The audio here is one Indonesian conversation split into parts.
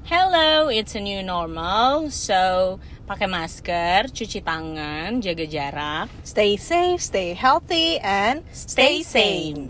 Hello, it's a new normal. So, pakai masker, cuci tangan, jaga jarak, Stay safe, stay healthy, and stay sane.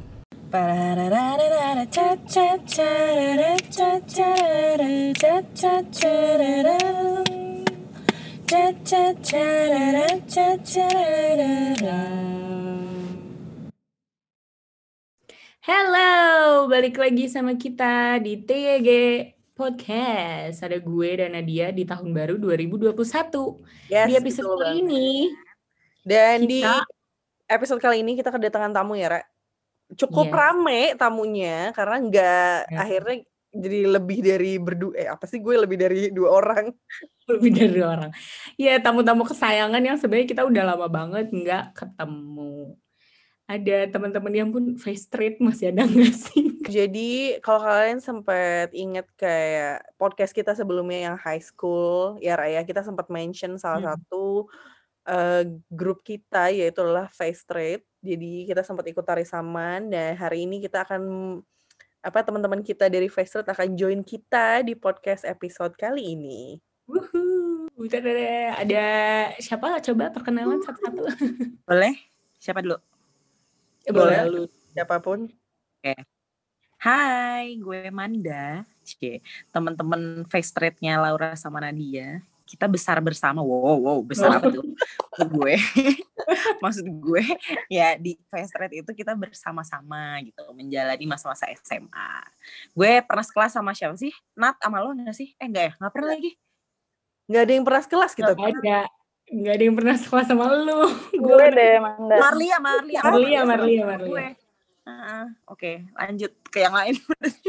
Hello, balik lagi sama kita di TYG Podcast. Ada gue dan Nadia di tahun baru 2021. Yes, Di episode betul kali banget. ini, Dan kita- di episode kali ini kita kedatangan tamu ya, Ra. Cukup Yes. rame tamunya karena nggak Ya. akhirnya jadi lebih dari apa sih gue lebih dari 2 orang. Lebih dari orang. Ya, tamu-tamu kesayangan yang sebenarnya kita udah lama banget nggak ketemu. Ada teman-teman yang pun face trade masih ada nggak sih? Jadi kalau kalian sempat inget kayak podcast kita sebelumnya yang high school, ya Raya, kita sempat mention salah satu grup kita yaitu adalah Face Trade. Jadi kita sempat ikut tarisaman dan hari ini kita akan teman-teman kita dari Face Trade akan join kita di podcast episode kali ini. Wuhuu. Ada siapa? Coba perkenalan satu-satu. Boleh? Siapa dulu? Boleh. Lu. Siapapun. Oke. Hai, gue Manda. Teman-teman face trade-nya Laura sama Nadia. Kita besar bersama. Wow, besar apa tuh? Maksud gue ya di face trade itu kita bersama-sama gitu menjalani masa-masa SMA. Gue pernah sekelas sama siapa sih? Nat sama lo nggak sih? Enggak ya? Nggak pernah lagi. Nggak ada yang pernah sekelas kita. Nggak ada yang pernah sekelas sama lu. Gue deh, Manda. Marlia. Gue. Oke, lanjut ke yang lain.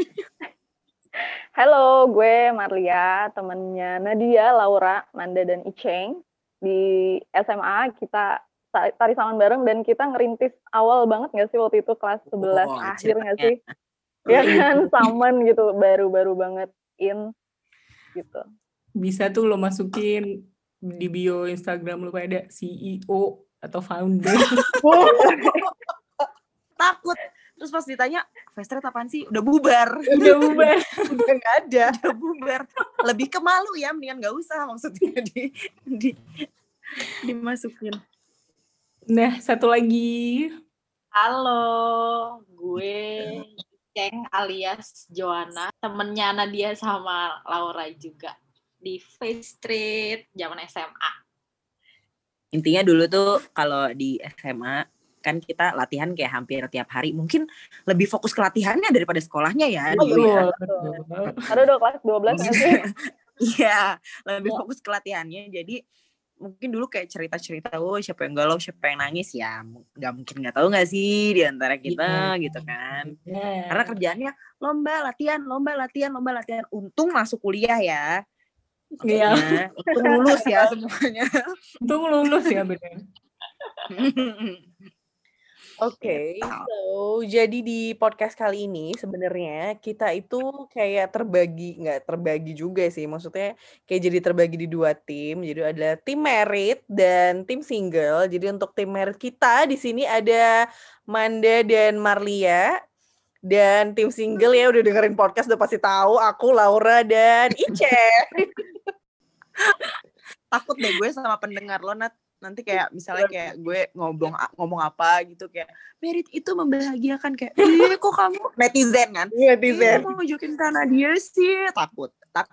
Halo, gue Marlia, temennya Nadia, Laura, Manda, dan Iceng. Di SMA kita tarisaman bareng dan kita ngerintis awal banget nggak sih waktu itu kelas 11 akhir nggak sih? Ya kan, saman gitu, baru-baru banget in gitu. Bisa tuh lo masukin di bio Instagram lo kayak ada CEO atau founder. Takut. Terus pas ditanya, face trade apaan sih? Udah bubar. Udah nggak ada. Udah bubar. Lebih ke malu ya, mendingan nggak usah maksudnya dimasukin. Nah, satu lagi. Halo, gue Ceng alias Joanna, temennya Nadia sama Laura juga di Face Street zaman SMA. Intinya dulu tuh kalau di SMA kan kita latihan kayak hampir tiap hari. Mungkin lebih fokus ke latihannya daripada sekolahnya ya. Ada udah kelas 12 nggak sih? Iya, lebih fokus ke latihannya. Jadi mungkin dulu kayak cerita-cerita, siapa yang galau, siapa yang nangis ya. Nggak mungkin nggak tahu nggak sih di antara kita gitu kan. Karena kerjaannya lomba latihan. Untung masuk kuliah ya. Iya. Untung lulus ya semuanya. Untung lulus ya bener. Oke, so jadi di podcast kali ini sebenarnya kita itu kayak nggak terbagi juga sih, maksudnya kayak jadi terbagi di 2 tim. Jadi ada tim merit dan tim single. Jadi untuk tim merit kita di sini ada Manda dan Marlia. Dan tim single ya udah dengerin podcast udah pasti tahu, aku Laura dan Ice. Takut deh gue sama pendengar lo, Nat. Nanti kayak misalnya kayak gue ngomong apa gitu kayak merit itu membahagiakan kayak kok kamu netizen kan? Netizen. Mau jokin karena dia sih takut.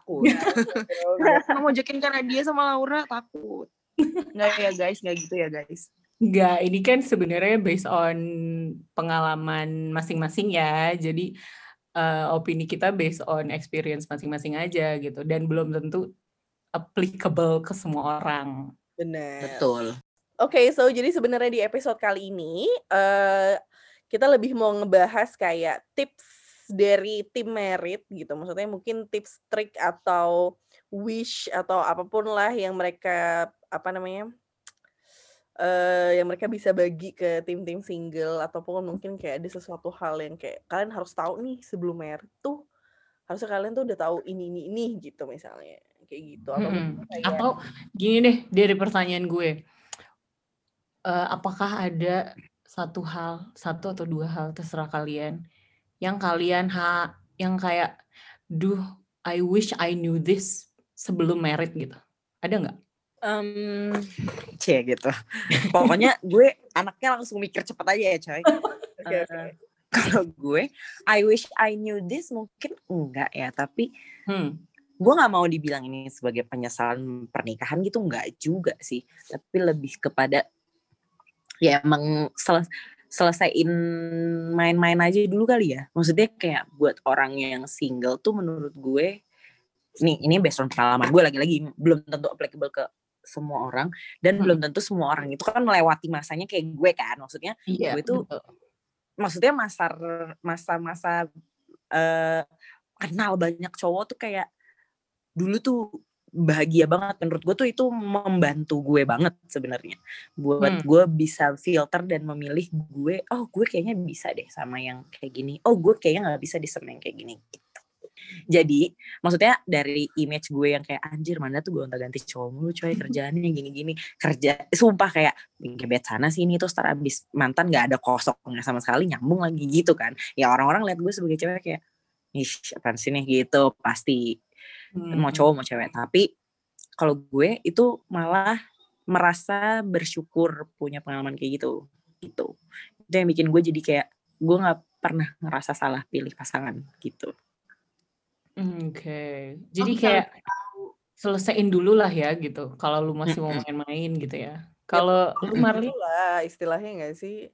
Mau jokin karena dia sama Laura takut. Nggak ya guys, nggak gitu ya guys. Nggak, ini kan sebenarnya based on pengalaman masing-masing ya. Jadi opini kita based on experience masing-masing aja gitu. Dan belum tentu applicable ke semua orang. Benar. Betul. Oke, so jadi sebenarnya di episode kali ini kita lebih mau ngebahas kayak tips dari tim merit gitu. Maksudnya mungkin tips, trik atau wish atau apapun lah yang mereka yang mereka bisa bagi ke tim-tim single ataupun mungkin kayak ada sesuatu hal yang kayak kalian harus tahu nih sebelum merit tuh harusnya kalian tuh udah tahu ini gitu misalnya. Kayak gitu Atau gini deh dari pertanyaan gue, apakah ada satu atau 2 hal terserah kalian yang kalian yang kayak I wish I knew this sebelum married gitu? Ada nggak? Gitu. Pokoknya gue anaknya langsung mikir cepet aja ya coy. Oke. Kalau gue, I wish I knew this mungkin enggak ya, tapi gue nggak mau dibilang ini sebagai penyesalan pernikahan gitu, enggak juga sih, tapi lebih kepada ya emang selesaiin main-main aja dulu kali ya. Maksudnya kayak buat orang yang single tuh menurut gue, ini based on pengalaman gue, lagi-lagi belum tentu applicable ke semua orang, dan belum tentu semua orang itu kan melewati masanya kayak gue kan. Maksudnya gue tuh maksudnya masa-masa kenal banyak cowok tuh kayak dulu tuh bahagia banget. Menurut gue tuh itu membantu gue banget sebenarnya buat gue bisa filter dan memilih gue kayaknya bisa deh sama yang kayak gini, gue kayaknya nggak bisa di sama yang kayak gini gitu. Jadi maksudnya dari image gue yang kayak anjir Manda tuh gonta-ganti cowok mulu coy, kerjaannya gini-gini, kerja sumpah kayak gebet sana sini, terus ntar abis mantan gak ada kosongnya sama sekali, nyambung lagi gitu kan. Ya orang-orang lihat gue sebagai cewek kayak apaan sih nih gitu, pasti mau cowok mau cewek. Tapi kalau gue itu malah merasa bersyukur punya pengalaman kayak gitu. Itu yang bikin gue jadi kayak gue gak pernah ngerasa salah pilih pasangan gitu. Oke. Jadi kayak selesaiin dulu lah ya gitu. Kalau lu masih mau main-main gitu ya. Kalau lu Marli lah istilahnya nggak sih?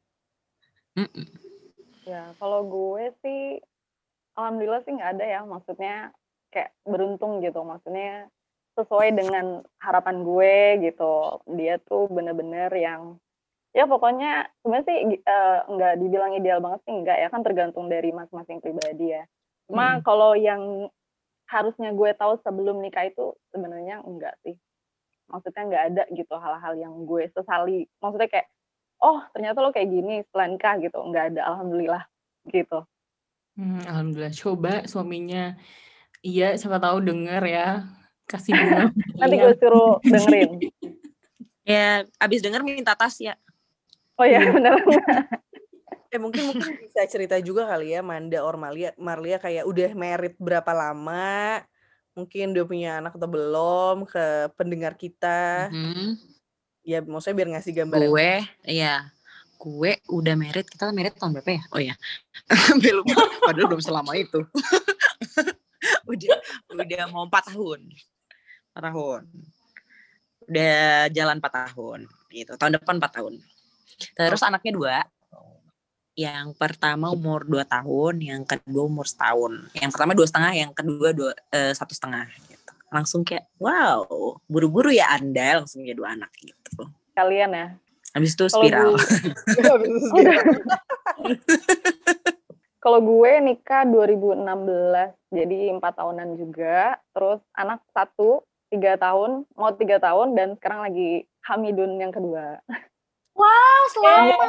Ya kalau gue sih alhamdulillah sih nggak ada ya. Maksudnya kayak beruntung gitu. Maksudnya sesuai dengan harapan gue gitu. Dia tuh bener-bener yang ya pokoknya sebenarnya sih nggak dibilang ideal banget sih, enggak ya, kan tergantung dari masing-masing pribadi ya. Cuma kalau yang harusnya gue tahu sebelum nikah itu sebenarnya enggak sih. Maksudnya nggak ada gitu hal-hal yang gue sesali. Maksudnya kayak, ternyata lo kayak gini setelah nikah gitu. Nggak ada, alhamdulillah gitu. Alhamdulillah. Coba suaminya iya siapa tahu denger ya. Kasih bunga. Nanti gue suruh dengerin. Ya abis denger minta tas ya. Oh ya bener. Mungkin bisa cerita juga kali ya Manda or Marlia kayak udah married berapa lama, mungkin udah punya anak atau belum, ke pendengar kita. Ya maksudnya biar ngasih gambaran. Gue udah married, kita married tahun berapa ya? Oh ya, belum, padahal belum selama itu. udah mau 4 tahun. Udah jalan 4 tahun gitu. Tahun depan 4 tahun. Terus anaknya 2. Yang pertama umur 2 tahun, yang kedua umur 1 tahun. Yang pertama 2,5, yang kedua 1,5 gitu. Langsung kayak wow, buru-buru ya Anda langsung punya 2 anak gitu. Kalian ya. Habis itu spiral. Kalau gue nikah 2016, jadi 4 tahunan juga. Terus anak 1, 3 tahun, mau 3 tahun, dan sekarang lagi hamidun yang kedua. Wow, selamat.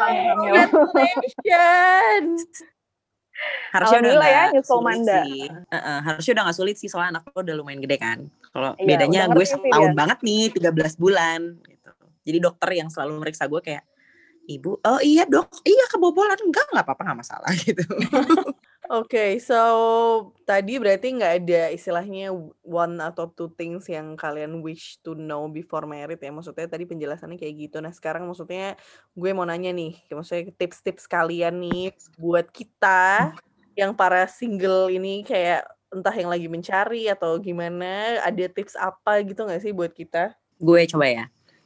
Harusnya udah nggak sulit sih. Harusnya udah nggak sulit sih, soalnya anak lo udah lumayan gede kan. Kalau bedanya gue 1 tahun banget nih, 13 bulan gitu. Jadi dokter yang selalu meriksa gue kayak, ibu, iya dok, iya kebobolan, enggak apa-apa, nggak masalah gitu. Oke, so tadi berarti nggak ada istilahnya 1 atau 2 things yang kalian wish to know before married ya. Maksudnya tadi penjelasannya kayak gitu. Nah sekarang maksudnya gue mau nanya nih, maksudnya tips-tips kalian nih buat kita yang para single ini, kayak entah yang lagi mencari atau gimana, ada tips apa gitu nggak sih buat kita? Gue coba ya.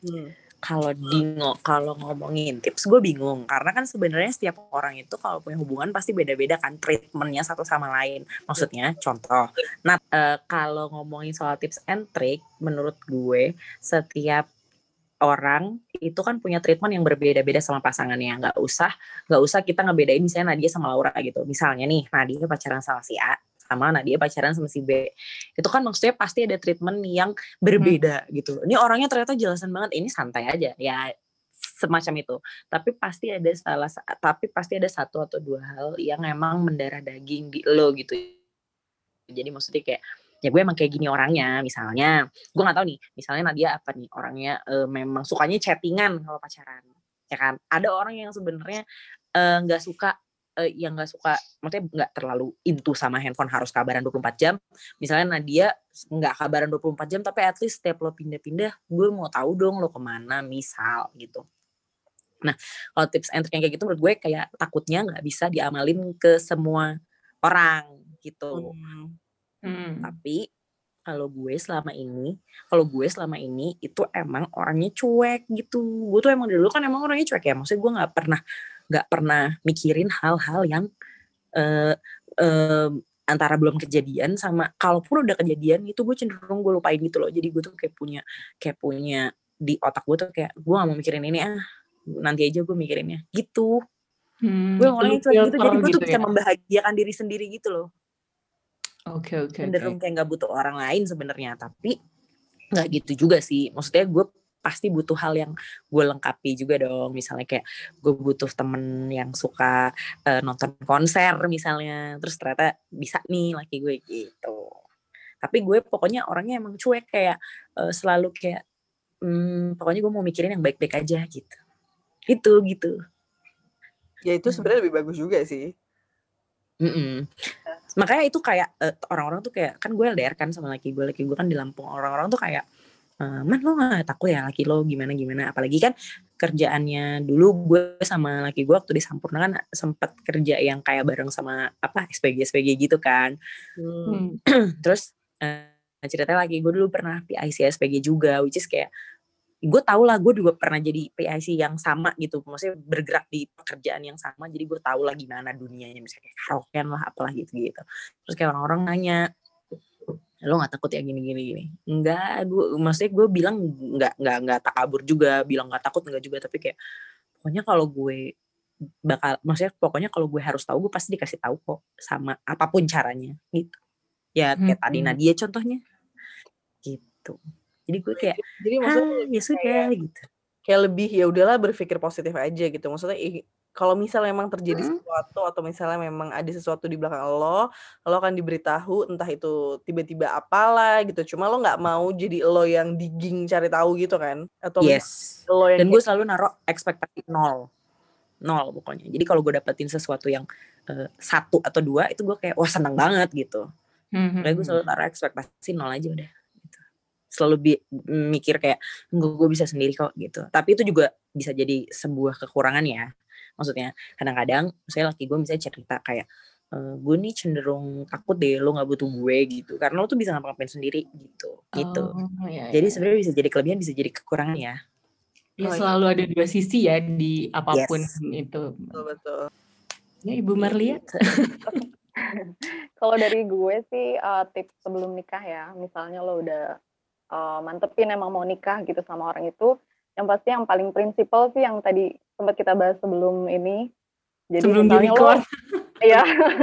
Kalau ngomongin tips gue bingung, karena kan sebenarnya setiap orang itu kalau punya hubungan pasti beda-beda kan treatmentnya satu sama lain. Maksudnya contoh, kalau ngomongin soal tips and trick, menurut gue setiap orang itu kan punya treatment yang berbeda-beda sama pasangannya. Nggak usah kita ngebedain misalnya Nadia sama Laura gitu. Misalnya nih Nadia pacaran sama si A, sama Nadia pacaran sama si B, itu kan maksudnya pasti ada treatment yang berbeda gitu. Ini orangnya ternyata jelasan banget, ini santai aja ya, semacam itu. Tapi pasti ada 1 atau 2 hal yang emang mendarah daging di lo gitu. Jadi maksudnya kayak ya gue emang kayak gini orangnya. Misalnya gue nggak tahu nih, misalnya Nadia apa nih orangnya, memang sukanya chattingan kalau pacaran, ya kan. Ada orang yang sebenarnya nggak suka yang nggak suka, maksudnya nggak terlalu into sama handphone harus kabaran 24 jam. Misalnya Nadia nggak kabaran 24 jam, tapi at least setiap lo pindah-pindah, gue mau tahu dong lo kemana, misal gitu. Nah, kalau tips and trick yang kayak gitu menurut gue kayak takutnya nggak bisa diamalin ke semua orang gitu. Tapi kalau gue selama ini itu emang orangnya cuek gitu. Gue tuh emang dulu kan emang orangnya cuek ya. Maksudnya gue nggak pernah mikirin hal-hal yang antara belum kejadian sama kalaupun udah kejadian itu gue cenderung gue lupain gitu loh. Jadi gue tuh kayak punya di otak gue tuh kayak gue gak mau mikirin ini, nanti aja gue mikirinnya gitu. Gue orangnya cuek gitu, jadi gue tuh bisa membahagiakan diri sendiri gitu loh. Oke. Cenderung kayak nggak butuh orang lain sebenarnya, tapi nggak gitu juga sih. Maksudnya gue pasti butuh hal yang gue lengkapi juga dong. Misalnya kayak gue butuh temen yang suka nonton konser misalnya, terus ternyata bisa nih laki gue gitu. Tapi gue pokoknya orangnya emang cuek, kayak selalu kayak pokoknya gue mau mikirin yang baik-baik aja gitu. Gitu. Ya itu sebenarnya lebih bagus juga sih. Makanya itu kayak orang-orang tuh kayak, kan gue LDR kan sama laki gue kan di Lampung. Orang-orang tuh kayak, man lo gak takut ya laki lo gimana, apalagi kan kerjaannya dulu gue sama laki gue waktu di Sampurna kan sempet kerja yang kayak bareng sama SPG gitu kan. Terus ceritanya laki gue dulu pernah PIC SPG juga, which is kayak gue tau lah, gue juga pernah jadi PIC yang sama gitu, maksudnya bergerak di pekerjaan yang sama, jadi gue tau lah gimana dunianya, misalnya kayak karaokean lah apalah gitu. Terus kayak orang-orang nanya, lo nggak takut ya gini? Enggak, maksudnya gue bilang nggak takabur juga, bilang nggak takut enggak juga, tapi kayak pokoknya kalau gue harus tahu, gue pasti dikasih tahu kok, sama apapun caranya gitu. Ya kayak tadi Nadia contohnya gitu. Jadi gue kayak, ya sudah gitu. Kayak lebih ya udahlah berpikir positif aja gitu. Maksudnya kalau misalnya memang terjadi sesuatu atau misalnya memang ada sesuatu di belakang lo akan diberitahu, entah itu tiba-tiba apalah gitu. Cuma lo nggak mau jadi lo yang digging cari tahu gitu kan? Atau yes. Lo yang dan gue selalu naruh ekspektasi nol pokoknya. Jadi kalau gue dapetin sesuatu yang 1 atau 2 itu gue kayak wah seneng banget gitu. Makanya gue selalu taruh ekspektasi 0 aja udah. Selalu mikir kayak gue bisa sendiri kok gitu. Tapi itu juga bisa jadi sebuah kekurangan ya. Maksudnya kadang-kadang misalnya laki gue misalnya cerita kayak gue nih cenderung takut deh lo gak butuh gue gitu, karena lo tuh bisa ngapa-ngapain sendiri gitu. Jadi sebenarnya bisa jadi kelebihan, bisa jadi kekurangan ya. Ya selalu ada 2 sisi ya di apapun itu. Betul. Ya Ibu Marlia. Kalau dari gue sih tips sebelum nikah ya, misalnya lo udah mantepin emang mau nikah gitu sama orang itu, yang pasti yang paling prinsipal sih yang tadi sempat kita bahas sebelum ini. Jadi sebelum misalnya lo iya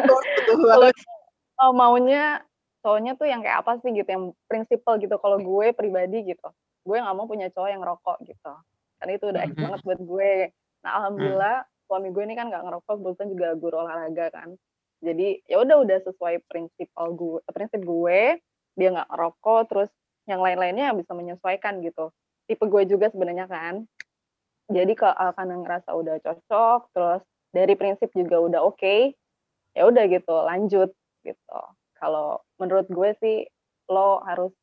lo maunya cowoknya tuh yang kayak apa sih gitu, yang prinsipal gitu. Kalau gue pribadi gitu, gue nggak mau punya cowok yang ngerokok gitu, karena itu udah X banget buat gue. Nah alhamdulillah suami gue ini kan nggak ngerokok, kebetulan juga guru olahraga kan, jadi ya udah sesuai prinsip gue, dia nggak ngerokok, terus yang lain-lainnya bisa menyesuaikan gitu. Tipe gue juga sebenarnya kan. Jadi karena ngerasa udah cocok, terus dari prinsip juga udah oke, ya udah gitu, lanjut gitu. Kalau menurut gue sih lo harus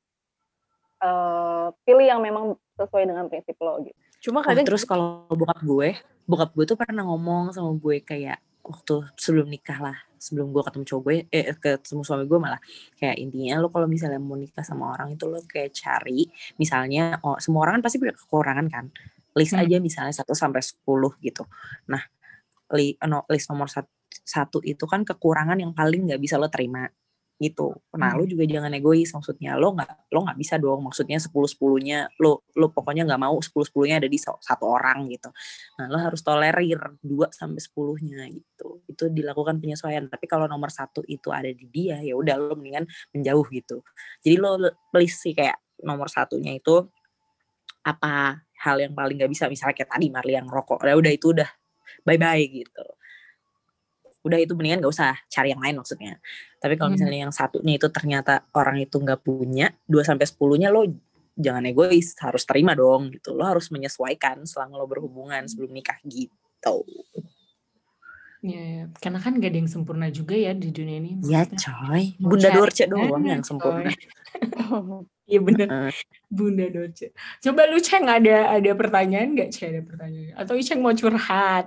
pilih yang memang sesuai dengan prinsip lo gitu. Cuma kadang terus kalau bokap gue tuh pernah ngomong sama gue kayak waktu sebelum nikah lah, sebelum gue ketemu cowok gue, ketemu suami gue malah kayak intinya lo kalau misalnya mau nikah sama orang itu lo kayak cari misalnya semua orang kan pasti punya kekurangan kan, list aja misalnya 1 sampai 10 gitu. Nah list nomor 1 itu kan kekurangan yang paling nggak bisa lo terima gitu. Nah lo juga jangan egois, maksudnya lo nggak bisa dong, maksudnya 10-10-nya lo pokoknya nggak mau 10-10-nya ada di satu orang gitu. Nah lo harus tolerir 2 sampai 10-nya gitu. Itu dilakukan penyesuaian. Tapi kalau nomor 1 itu ada di dia, ya udah lo mendingan menjauh gitu. Jadi lo please sih kayak nomor 1-nya itu apa hal yang paling nggak bisa, misalnya kayak tadi Marli yang rokok, ya udah itu udah bye gitu. Udah itu mendingan gak usah cari yang lain maksudnya. Tapi kalau misalnya yang 1-nya itu ternyata orang itu gak punya, 2-10-nya lo jangan egois, harus terima dong gitu. Lo harus menyesuaikan selama lo berhubungan sebelum nikah gitu. Ya, karena kan gak ada yang sempurna juga ya di dunia ini. Ya Maksudnya coy, mau Bunda cari Dorce doang gimana, yang sempurna. coy? Iya bener, Heeh. Bunda Dorce. Coba lu Ceng ada pertanyaan nggak? Ceng ada pertanyaan? Atau Iceng mau curhat?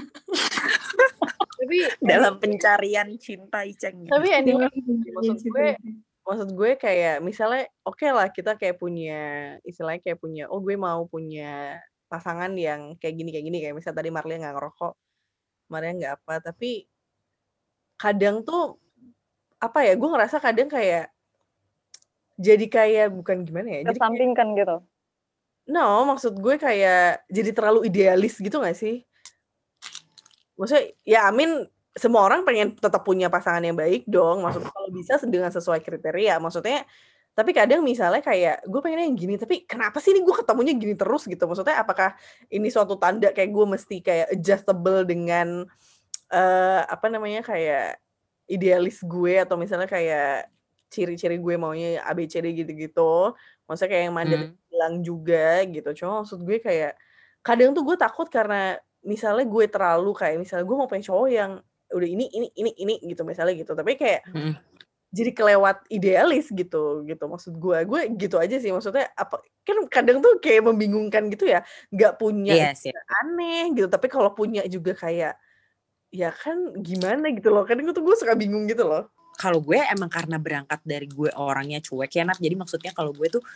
Tapi Dalam pencarian cinta Iceng. tapi anyway, Dalam maksud gue kayak misalnya oke lah kita kayak punya istilahnya kayak punya gue mau punya pasangan yang kayak gini kayak misalnya tadi Marlia nggak ngerokok, Marlia nggak apa, tapi kadang tuh apa ya, gue ngerasa kadang kayak jadi kayak bukan gimana ya, jadi kayak, Kesampingkan gitu. no maksud gue kayak jadi terlalu idealis gitu gak sih? Maksudnya ya amin semua orang pengen tetap punya pasangan yang baik dong, maksudnya kalau bisa dengan sesuai kriteria, maksudnya tapi kadang misalnya kayak gue pengennya yang gini, tapi kenapa sih ini gue ketemunya gini terus gitu, maksudnya apakah ini suatu tanda kayak gue mesti kayak adjustable dengan apa namanya kayak idealis gue atau misalnya kayak ciri-ciri gue maunya ABCD gitu-gitu, maksudnya kayak yang Manda bilang juga gitu, cuma maksud gue kayak kadang tuh gue takut karena misalnya gue terlalu kayak misalnya gue mau pengen cowok yang udah ini gitu misalnya gitu, tapi kayak jadi kelewat idealis gitu maksud gue gitu aja sih, maksudnya apa kan kadang tuh kayak membingungkan gitu ya, nggak punya aneh gitu, tapi kalau punya juga kayak ya kan gimana gitu loh, kadang gue suka bingung gitu loh. Kalau gue emang karena berangkat dari gue orangnya cuek ya Nat, jadi maksudnya kalau gue tuh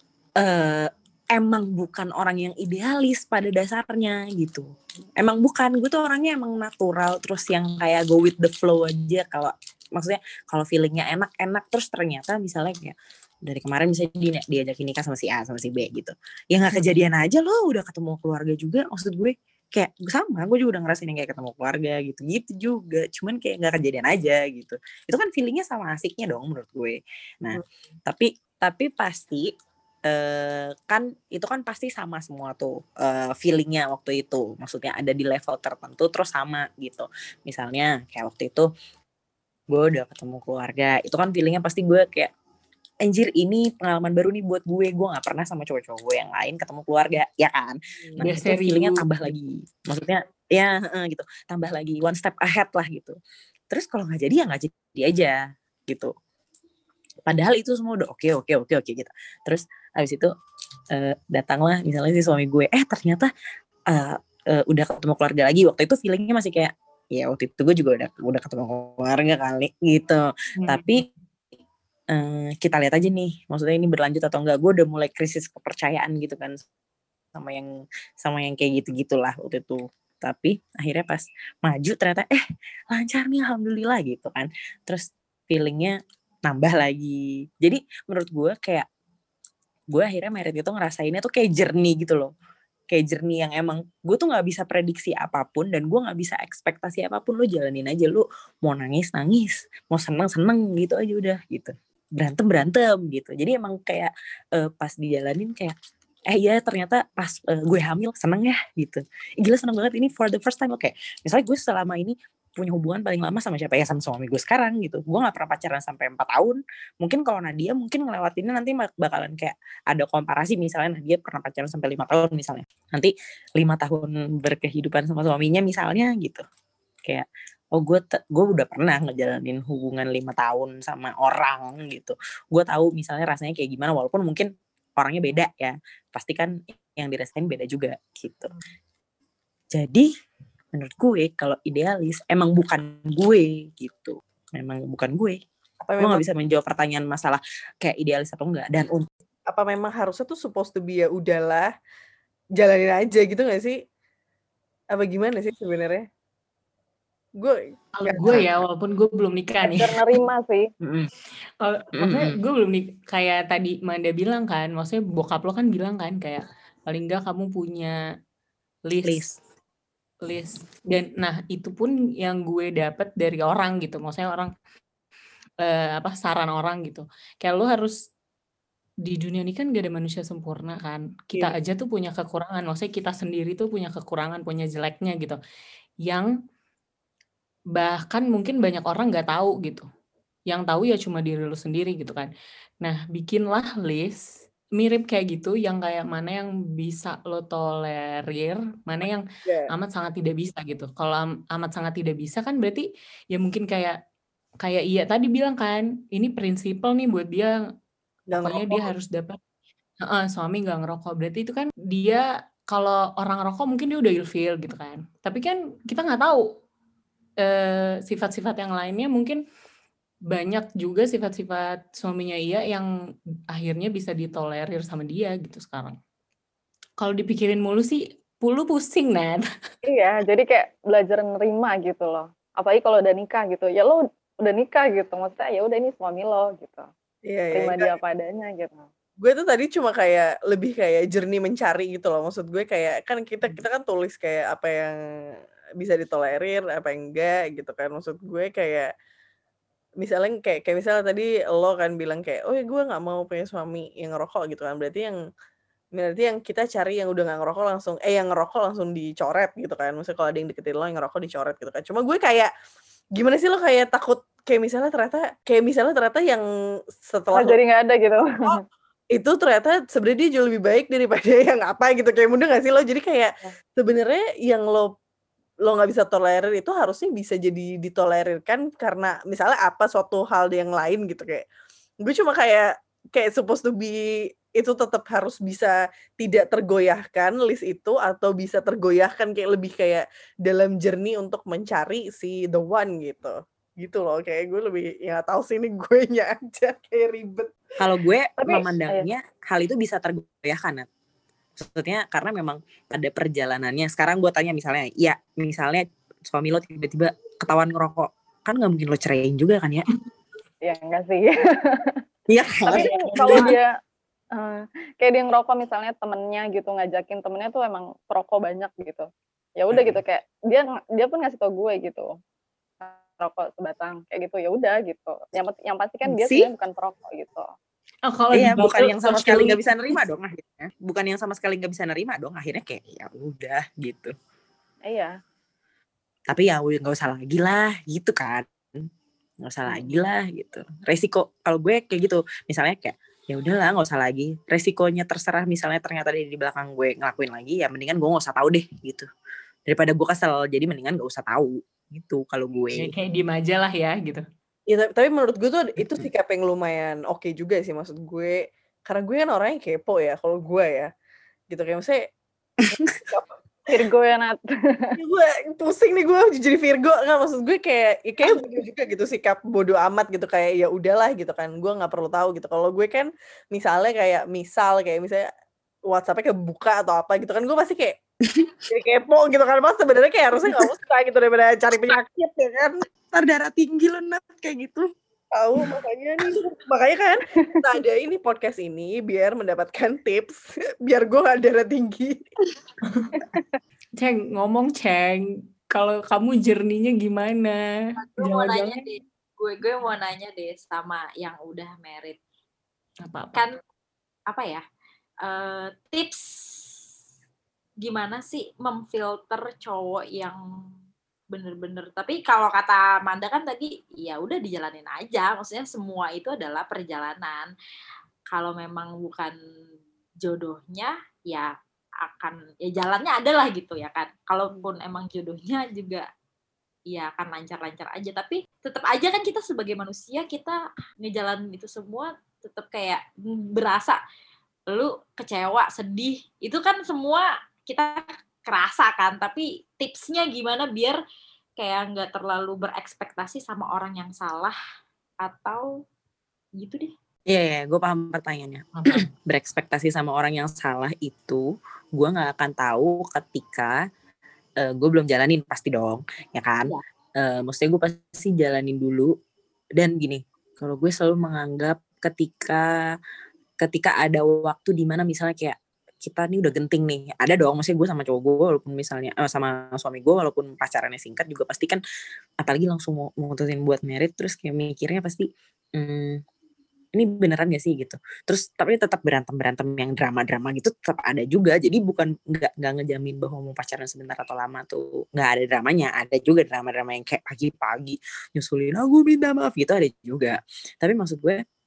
emang bukan orang yang idealis pada dasarnya gitu. Emang bukan, gue tuh orangnya emang natural, terus yang kayak go with the flow aja. Kalau maksudnya kalau feelingnya enak terus ternyata misalnya kayak dari kemarin misalnya diajakin nikah sama si A sama si B gitu, ya nggak kejadian aja loh, udah ketemu keluarga juga, maksud gue kayak sama, gue juga udah ngerasain yang kayak ketemu keluarga gitu juga, cuman kayak nggak kejadian aja gitu. Itu kan feelingnya sama asiknya dong menurut gue. Nah tapi pasti kan itu kan pasti sama semua tuh feelingnya waktu itu, maksudnya ada di level tertentu terus sama gitu. Misalnya kayak waktu itu gue udah ketemu keluarga, itu kan feelingnya pasti gue kayak anjir ini pengalaman baru nih buat gue gak pernah sama cowok-cowok yang lain ketemu keluarga, ya kan? Nah itu feelingnya tambah lagi, maksudnya ya gitu, tambah lagi one step ahead lah gitu. Terus kalau gak jadi ya gak jadi aja gitu, padahal itu semua udah oke gitu. Terus habis itu datanglah misalnya si suami gue, ternyata udah ketemu keluarga lagi. Waktu itu feelingnya masih kayak ya waktu itu gue juga udah ketemu keluarga kali gitu. Tapi kita lihat aja nih, maksudnya ini berlanjut atau enggak. Gue udah mulai krisis kepercayaan gitu kan sama yang kayak gitu-gitulah waktu itu. Tapi akhirnya pas maju ternyata lancar nih alhamdulillah gitu kan. Terus feelingnya nambah lagi. Jadi menurut gue kayak gue akhirnya merit itu ngerasainnya tuh kayak journey gitu loh. Kayak journey yang emang gue tuh gak bisa prediksi apapun dan gue gak bisa ekspektasi apapun. Lu jalanin aja, lu mau nangis mau seneng gitu aja udah gitu, berantem gitu. Jadi emang kayak pas dijalanin kayak ya ternyata pas gue hamil seneng ya gitu, gila seneng banget ini for the first time. Oke, misalnya gue selama ini punya hubungan paling lama sama siapa ya, sama suami gue sekarang gitu. Gue gak pernah pacaran sampai 4 tahun. Mungkin kalau Nadia mungkin ngelewatinnya nanti bakalan kayak ada komparasi, misalnya Nadia pernah pacaran sampai 5 tahun misalnya, nanti 5 tahun berkehidupan sama suaminya misalnya gitu. Kayak gue udah pernah ngejalanin hubungan 5 tahun sama orang gitu. Gue tahu misalnya rasanya kayak gimana, walaupun mungkin orangnya beda ya. Pasti kan yang dirasain beda juga gitu. Jadi menurut gue kalau idealis emang bukan gue gitu. Memang bukan gue. Gue gak bisa menjawab pertanyaan masalah kayak idealis atau enggak. Dan apa memang harusnya tuh supposed to be ya udahlah jalanin aja gitu gak sih? Apa gimana sih sebenarnya? Kalau gue ya, walaupun gue belum nikah nih. Nerima sih. Maksudnya gue belum nikah, kayak tadi Manda bilang kan, maksudnya bokap lo kan bilang kan kayak paling enggak kamu punya list. Dan nah itu pun yang gue dapet dari orang gitu, maksudnya orang saran orang gitu, kayak lo harus di dunia ini kan gak ada manusia sempurna kan, kita aja tuh punya kekurangan, maksudnya kita sendiri tuh punya kekurangan, punya jeleknya gitu, yang bahkan mungkin banyak orang nggak tahu gitu, yang tahu ya cuma diri lo sendiri gitu kan. Nah bikinlah list mirip kayak gitu, yang kayak mana yang bisa lo tolerir, mana yang Ya, amat sangat tidak bisa gitu. Kalau amat sangat tidak bisa kan berarti ya mungkin kayak Iya tadi bilang kan, ini prinsipal nih buat dia, nggak pokoknya dia ngerokok. harus dapat suami nggak ngerokok. Berarti itu kan dia kalau orang rokok mungkin dia udah ilfeel gitu kan. Tapi kan kita nggak tahu sifat-sifat yang lainnya, mungkin banyak juga sifat-sifat suaminya Iya yang akhirnya bisa ditolerir sama dia gitu sekarang. Kalau dipikirin mulu sih, pusing, Nat. Iya, jadi kayak belajar nerima gitu loh. Apalagi kalau udah nikah gitu. Ya lo udah nikah gitu. Maksudnya ya udah ini suami lo gitu. Iya, iya. Terima dia apa adanya gitu. Gue tuh tadi cuma kayak lebih kayak journey mencari gitu loh. Maksud gue kayak kan kita kan tulis kayak apa yang bisa ditolerir, apa yang enggak gitu kan. Maksud gue kayak misalnya kayak misalnya tadi lo kan bilang kayak, oh ya gue nggak mau punya suami yang ngerokok gitu kan. Berarti yang kita cari yang udah nggak ngerokok langsung yang ngerokok langsung dicoret gitu kan. Maksudnya kalau ada yang deketin lo yang ngerokok dicoret gitu kan. Cuma gue kayak gimana sih lo kayak takut kayak misalnya ternyata yang setelah jadi nggak ada gitu. itu ternyata sebenarnya dia jauh lebih baik daripada yang apa gitu, kayak mudah nggak sih lo? Jadi kayak sebenarnya yang lo nggak bisa tolerir itu harusnya bisa jadi ditolerirkan karena misalnya apa suatu hal yang lain gitu. Kayak gue cuma kayak supposed to be itu tetap harus bisa tidak tergoyahkan list itu, atau bisa tergoyahkan kayak lebih kayak dalam journey untuk mencari si the one gitu loh. Kayak gue lebih ya tahu sih, ini gue nya aja kayak ribet. Kalau gue Tapi, memandangnya hal itu bisa tergoyahkan, Nat. Maksudnya karena memang ada perjalanannya. Sekarang gue tanya misalnya suami lo tiba-tiba ketahuan ngerokok, kan nggak mungkin lo ceraiin juga kan ya? ya enggak sih. Iya kan? Tapi kalau dia kayak dia ngerokok misalnya temennya gitu ngajakin temennya tuh emang perokok banyak gitu. Ya udah gitu kayak dia pun ngasih tau gue gitu. Rokok sebatang kayak gitu, ya udah gitu. Yang pasti kan dia sebenarnya bukan perokok gitu. Oh, kalau Iya, dibawa bukan yang sama sekali socially- nggak bisa nerima dong akhirnya. Bukan yang sama sekali nggak bisa nerima dong akhirnya, kayak ya udah gitu. Iya. Tapi ya nggak usah lagi lah gitu kan. Nggak usah lagi lah gitu. Resiko kalau gue kayak gitu, misalnya kayak ya udahlah nggak usah lagi. Resikonya terserah, misalnya ternyata dia di belakang gue ngelakuin lagi, ya mendingan gue nggak usah tahu deh gitu. Daripada gue kesel, jadi mendingan nggak usah tahu gitu kalau gue. Ya, kayak diem aja lah ya gitu. Ya, tapi menurut gue tuh itu sikap yang lumayan oke juga sih, maksud gue. Karena gue kan orangnya kepo ya, kalau gue ya. Gitu kayak maksudnya Virgo ya, Nat. gue pusing nih gue jadi Virgo kan, maksud gue kayak bodoh juga gitu, sikap bodoh amat gitu, kayak ya udahlah gitu kan, gue nggak perlu tahu gitu. Kalau gue kan misalnya kayak misalnya WhatsApp-nya kebuka atau apa gitu kan, gue pasti kayak jadi kepo gitu kan, mas sebenarnya kayak harusnya nggak usah gitu daripada cari penyakit ya kan. Ntar darah tinggi lo, Nat, kayak gitu. Tahu, makanya kan kita ada ini podcast ini biar mendapatkan tips biar gue gak darah tinggi. Ceng, kalau kamu journey-nya gimana? Gue mau nanya deh, gue mau nanya deh sama yang udah married. Apa-apa? Kan apa ya? Tips gimana sih memfilter cowok yang bener-bener, tapi kalau kata Manda kan tadi ya udah dijalanin aja, maksudnya semua itu adalah perjalanan. Kalau memang bukan jodohnya ya jalannya adalah gitu ya kan. Kalaupun emang jodohnya juga ya akan lancar-lancar aja, tapi tetap aja kan kita sebagai manusia, kita ngejalanin itu semua tetap kayak berasa lu kecewa, sedih, itu kan semua kita kerasa kan. Tapi tipsnya gimana biar kayak nggak terlalu berekspektasi sama orang yang salah atau gitu deh. Iya, gue paham pertanyaannya. Berekspektasi sama orang yang salah itu gue nggak akan tahu ketika gue belum jalanin, pasti dong, ya kan? Ya. Maksudnya gue pasti jalanin dulu. Dan gini, kalau gue selalu menganggap ketika ada waktu di mana misalnya kayak kita nih udah genting nih, ada dong, maksudnya gue sama cowok gue walaupun misalnya sama suami gue walaupun pacarannya singkat juga pasti kan, apalagi langsung mau mutusin buat married, terus kayak mikirnya pasti ini beneran gak sih gitu. Terus tapi tetap berantem yang drama gitu tetap ada juga. Jadi bukan nggak ngejamin bahwa mau pacaran sebentar atau lama tuh nggak ada dramanya. Ada juga drama yang kayak pagi-pagi nyusulin aku minta maaf gitu, ada juga. Tapi maksud gue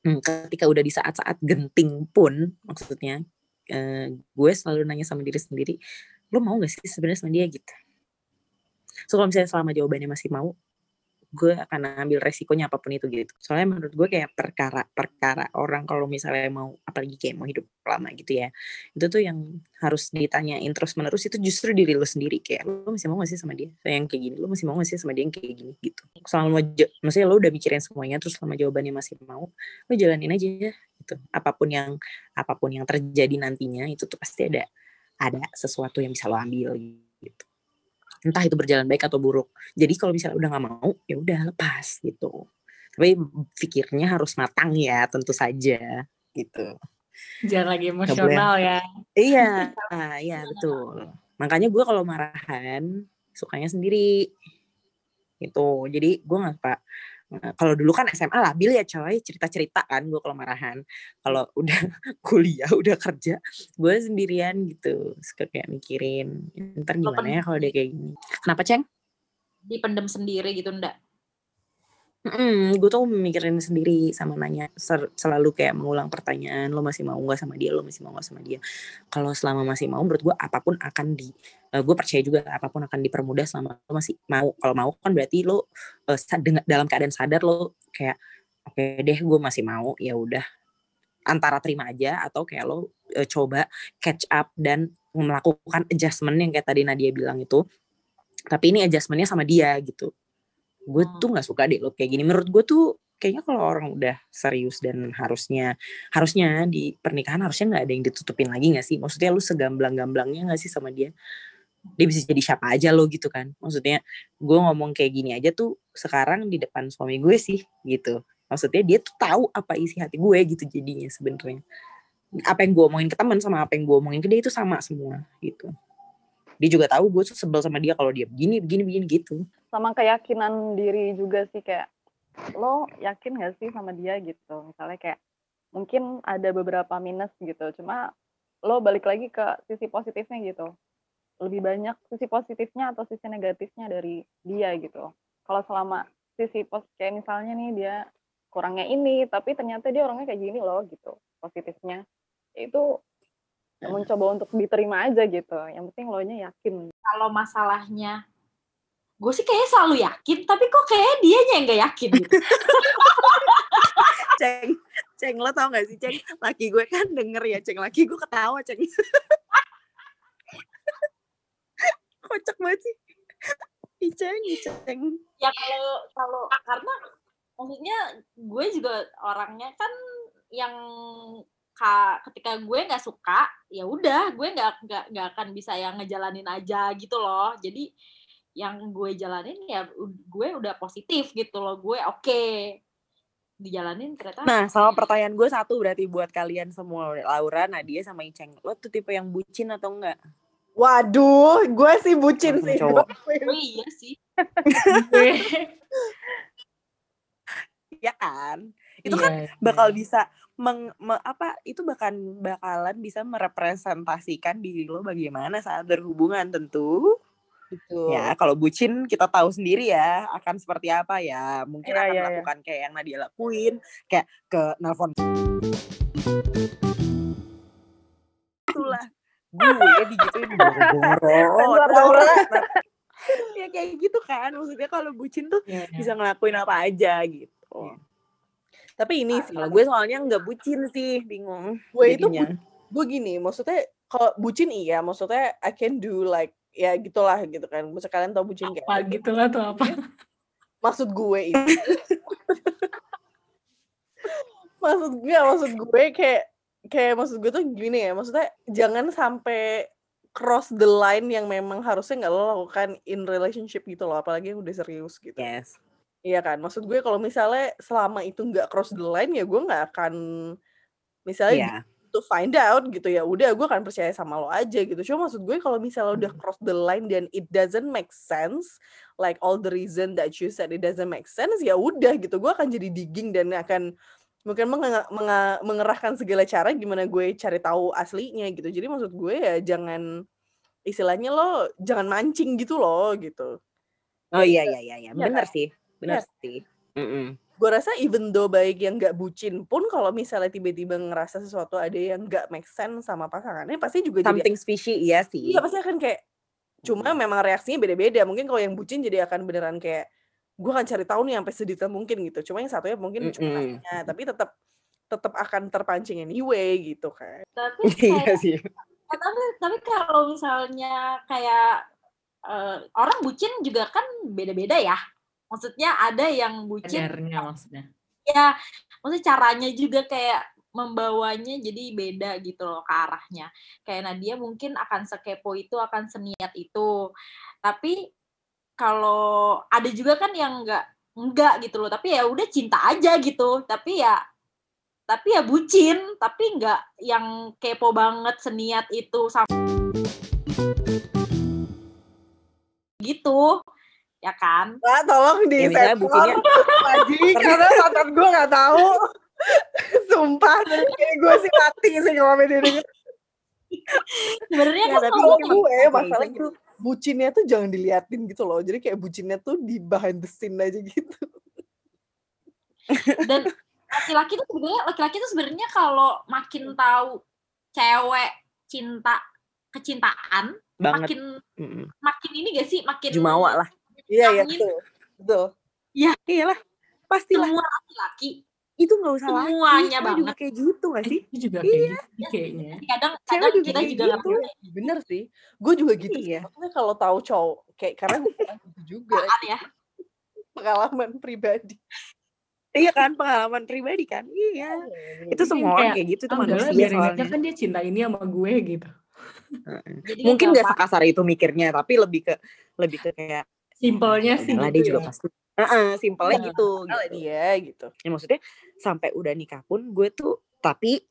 ketika udah di saat-saat genting pun, maksudnya gue selalu nanya sama diri sendiri, lo mau gak sih sebenarnya sama dia gitu. So kalau misalnya selama jawabannya masih mau, gue akan ambil resikonya apapun itu gitu. Soalnya menurut gue kayak perkara orang kalau misalnya mau, apalagi kayak mau hidup lama gitu ya, itu tuh yang harus ditanyain terus menerus itu justru diri lo sendiri. Kayak lo masih mau gak sih sama dia yang kayak gini, lo masih mau gak sih sama dia yang kayak gini gitu. Selama maksudnya lo udah mikirin semuanya, terus selama jawabannya masih mau, lo jalanin aja ya gitu. Apapun yang terjadi nantinya itu tuh pasti ada sesuatu yang bisa lo ambil gitu. Entah itu berjalan baik atau buruk. Jadi kalau misalnya udah nggak mau, ya udah lepas gitu. Tapi pikirnya harus matang ya, tentu saja gitu. Jangan lagi emosional ya. Iya, iya betul. Makanya gue kalau marahan sukanya sendiri gitu. Jadi gue nggak suka. Kalau dulu kan SMA labil ya coy, cerita-cerita kan gue kalau marahan. Kalau udah kuliah, udah kerja, gue sendirian gitu. Suka kayak mikirin, ntar gimana ya kalau dia kayak gini. Kenapa, Ceng? Dipendem sendiri gitu, ndak? Gue tuh mikirin sendiri sama nanya, selalu kayak mengulang pertanyaan, lo masih mau gak sama dia, lo masih mau gak sama dia. Kalau selama masih mau, menurut gue apapun akan gue percaya juga apapun akan dipermudah selama lo masih mau. Kalau mau kan berarti lo dalam keadaan sadar lo kayak oke deh gue masih mau, ya udah antara terima aja atau kayak lo coba catch up dan melakukan adjustment yang kayak tadi Nadia bilang itu. Tapi ini adjustmentnya sama dia gitu. Gue tuh nggak suka deh lo kayak gini. Menurut gue tuh kayaknya kalau orang udah serius dan harusnya di pernikahan harusnya nggak ada yang ditutupin lagi nggak sih? Maksudnya lu segamblang-gamblangnya nggak sih sama dia? Dia bisa jadi siapa aja lo gitu kan? Maksudnya gue ngomong kayak gini aja tuh sekarang di depan suami gue sih gitu. Maksudnya dia tuh tahu apa isi hati gue gitu jadinya sebenarnya. Apa yang gue omongin ke teman sama apa yang gue omongin ke dia itu sama semua gitu. Dia juga tahu gue tuh sebel sama dia kalau dia begini gitu. Sama keyakinan diri juga sih, kayak lo yakin gak sih sama dia gitu. Misalnya kayak mungkin ada beberapa minus gitu, cuma lo balik lagi ke sisi positifnya gitu. Lebih banyak sisi positifnya atau sisi negatifnya dari dia gitu. Kalau selama sisi kayak misalnya nih dia kurangnya ini, tapi ternyata dia orangnya kayak gini loh gitu, positifnya itu mencoba untuk diterima aja gitu. Yang penting lo nya yakin. Kalau masalahnya, gue sih kayaknya selalu yakin, tapi kok kayaknya dianya yang gak yakin gitu. Ceng, lo tau gak sih Ceng, laki gue kan denger ya Ceng, laki gue ketawa Ceng. Kocak banget sih. Ceng. Ya kalau karena maksudnya gue juga orangnya kan yang ketika gue nggak suka, ya udah gue nggak akan bisa yang ngejalanin aja gitu loh. Jadi yang gue jalanin ya gue udah positif gitu loh, gue oke. Dijalanin ternyata. Nah, sama pertanyaan gue satu berarti buat kalian semua, Laura, Nadia, sama Iceng. Lo tuh tipe yang bucin atau enggak? Waduh, gue sih bucin sih. Cowok. Oh iya sih. Ya kan? Itu kan bakal bisa itu bakalan bisa merepresentasikan diri lo bagaimana saat berhubungan tentu. Betul. Ya, kalau bucin kita tahu sendiri ya akan seperti apa ya. Mungkin akan melakukan kayak yang Nadia lakuin, kayak ke nelpon. Itulah gue digituin boro-boro. Ya kayak gitu kan. Maksudnya kalau bucin tuh bisa ngelakuin apa aja gitu. Tapi ini sih, kalau gue soalnya nggak bucin sih, bingung. Gue gini, maksudnya kalau bucin iya, maksudnya I can do like ya gitulah gitu kan. Maksudnya kalian tau bucin kayak apa gitulah tuh apa? Maksud gue itu. maksud gue kayak maksud gue tuh gini ya, maksudnya jangan sampai cross the line yang memang harusnya nggak lo lakukan in relationship gitu loh, apalagi yang udah serius gitu. Yes. Iya kan, maksud gue kalau misalnya selama itu nggak cross the line ya gue nggak akan misalnya to find out gitu, ya udah gue akan percaya sama lo aja gitu. Cuma maksud gue kalau misalnya udah cross the line dan it doesn't make sense, like all the reason that you said it doesn't make sense, ya udah gitu, gue akan jadi digging dan akan mungkin mengerahkan segala cara gimana gue cari tahu aslinya gitu. Jadi maksud gue ya jangan, istilahnya lo jangan mancing gitu loh gitu. Oh iya. Bener sih. gue rasa even though baik yang nggak bucin pun kalau misalnya tiba-tiba ngerasa sesuatu ada yang nggak make sense sama pasangannya pasti juga Something fishy, iya sih. iya pasti akan kayak cuma memang reaksinya beda-beda. Mungkin kalau yang bucin jadi akan beneran kayak gue akan cari tahu nih sampai sedetail mungkin gitu. Cuma yang satunya mungkin cuma nanya, tapi tetap akan terpancing anyway gitu kan. Tapi Iya kayak sih. tapi kalau misalnya kayak orang bucin juga kan beda-beda ya. Maksudnya ada yang bucin Kadarnya maksudnya. ya, maksudnya caranya juga kayak membawanya jadi beda gitu loh ke arahnya. Kayak Nadia mungkin akan sekepo itu, akan seniat itu. Tapi kalau ada juga kan yang enggak gitu loh. Tapi ya udah cinta aja gitu. Tapi ya bucin, tapi enggak yang kepo banget seniat itu sama gitu. Ya kan? Nah, tolong di misalnya bucinnya lagi karena mantan gue nggak tahu. Sumpah, kayak gue sih mati sih kalau denger. Sebenarnya kan tapi kalau gue masalah itu bucinnya tuh jangan diliatin gitu loh. Jadi kayak bucinnya tuh di behind the scene aja gitu. Dan laki-laki tuh sebenarnya kalau makin tahu cewek kecintaan banget. makin ini gak sih, makin jumawa lah. Iya betul. Ya iyalah, pastilah. Semua laki-laki itu nggak usah semuanya laki, juga kayak gitu nggak sih? Itu juga kayak gitu kayaknya. Kadang kita juga gitu. Bener sih. Gue juga gitu. Iya. Maksudnya kalau tahu cowok kayak karena gue gitu juga. Ya. Pengalaman pribadi. Iya kan, pengalaman pribadi kan. Iya. Itu semua orang kayak gitu tuh manusia soalnya. Kan dia cinta ini sama gue gitu. Jadi mungkin nggak sekasar itu mikirnya, tapi lebih ke kayak simpelnya sih gitu dia juga pasti. Simpelnya gitu. Dia gitu. Ya, maksudnya sampai udah nikah pun gue tuh tapi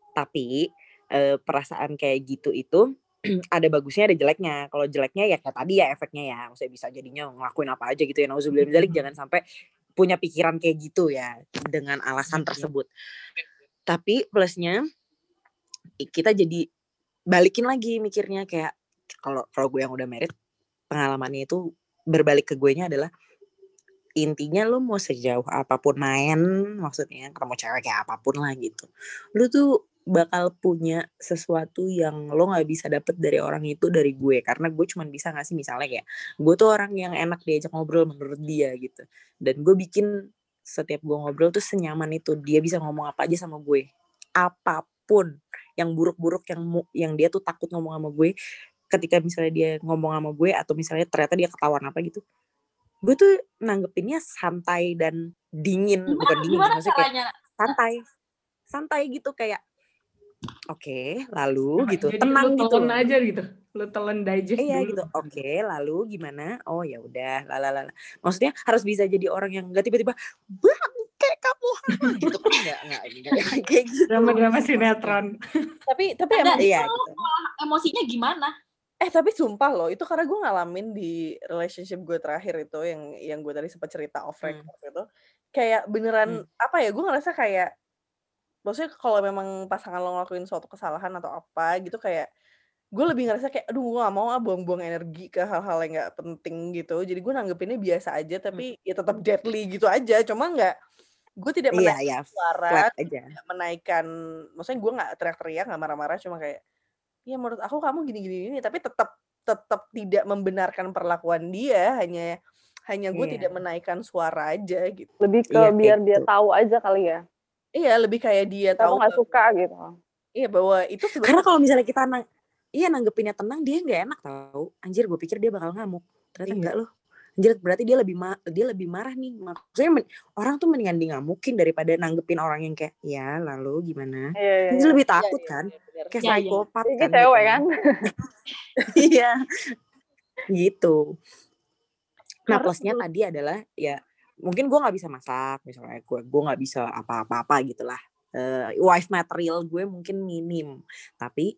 perasaan kayak gitu itu ada bagusnya ada jeleknya. Kalau jeleknya ya kayak tadi ya efeknya ya, maksudnya bisa jadinya ngelakuin apa aja gitu ya. Nauzubillah min dzalik, jangan sampai punya pikiran kayak gitu ya dengan alasan tersebut. Tapi plusnya kita jadi balikin lagi mikirnya kayak kalau gue yang udah married, pengalamannya itu berbalik ke gue nya adalah intinya lu mau sejauh apapun main, maksudnya ketemu cewek kayak apapun lah gitu, lu tuh bakal punya sesuatu yang lo nggak bisa dapet dari orang itu dari gue, karena gue cuman bisa ngasih misalnya kayak gue tuh orang yang enak diajak ngobrol menurut dia gitu, dan gue bikin setiap gue ngobrol tuh senyaman itu, dia bisa ngomong apa aja sama gue, apapun yang buruk-buruk yang dia tuh takut ngomong sama gue, ketika misalnya dia ngomong sama gue atau misalnya ternyata dia ketahuan apa gitu, gue tuh nanggepinnya santai dan dingin. Bukan dingin, maksudnya kayak santai gitu, kayak oke, lalu gitu, jadi tenang lu gitu. Telan aja gitu, lu telan digest dulu. gitu. Oke, lalu gimana? Oh ya udah, lalala. Maksudnya harus bisa jadi orang yang nggak tiba-tiba bangke kamu gitu kan, nggak kayak gitu. Drama sinetron. Tapi emang iya gitu. Emosinya gimana? Tapi sumpah loh, itu karena gue ngalamin di relationship gue terakhir itu yang gue tadi sempat cerita off record itu, kayak beneran apa ya, gue ngerasa kayak maksudnya kalau memang pasangan lo ngelakuin suatu kesalahan atau apa gitu, kayak gue lebih ngerasa kayak aduh gue gak mau buang-buang energi ke hal-hal yang gak penting gitu, jadi gue nanggepinnya biasa aja, tapi ya tetap deadly gitu aja, cuma gue tidak menaikkan suara, tidak menaikkan, maksudnya gue gak teriak-teriak, gak marah-marah, cuma kayak ya menurut aku kamu gini-gini, tapi tetap tidak membenarkan perlakuan dia, hanya gue tidak menaikkan suara aja gitu. Lebih ke biar dia tahu aja kali ya. Iya, lebih kayak dia tahu nggak suka gitu. Iya, bahwa itu sebenarnya karena kalau misalnya kita nanggepinnya tenang, dia nggak enak tahu. Anjir, gue pikir dia bakal ngamuk, ternyata enggak loh. Anjir, berarti dia lebih marah nih. Maksudnya orang tuh mendingan di ngamukin daripada nanggepin orang yang kayak ya lalu gimana. Dia lebih takut kan, kayak psikopat kan. Ini cewek kan. Iya gitu. Nah plusnya tadi adalah ya mungkin gue nggak bisa masak, misalnya gue nggak bisa apa-apa gitulah. Wife material gue mungkin minim, tapi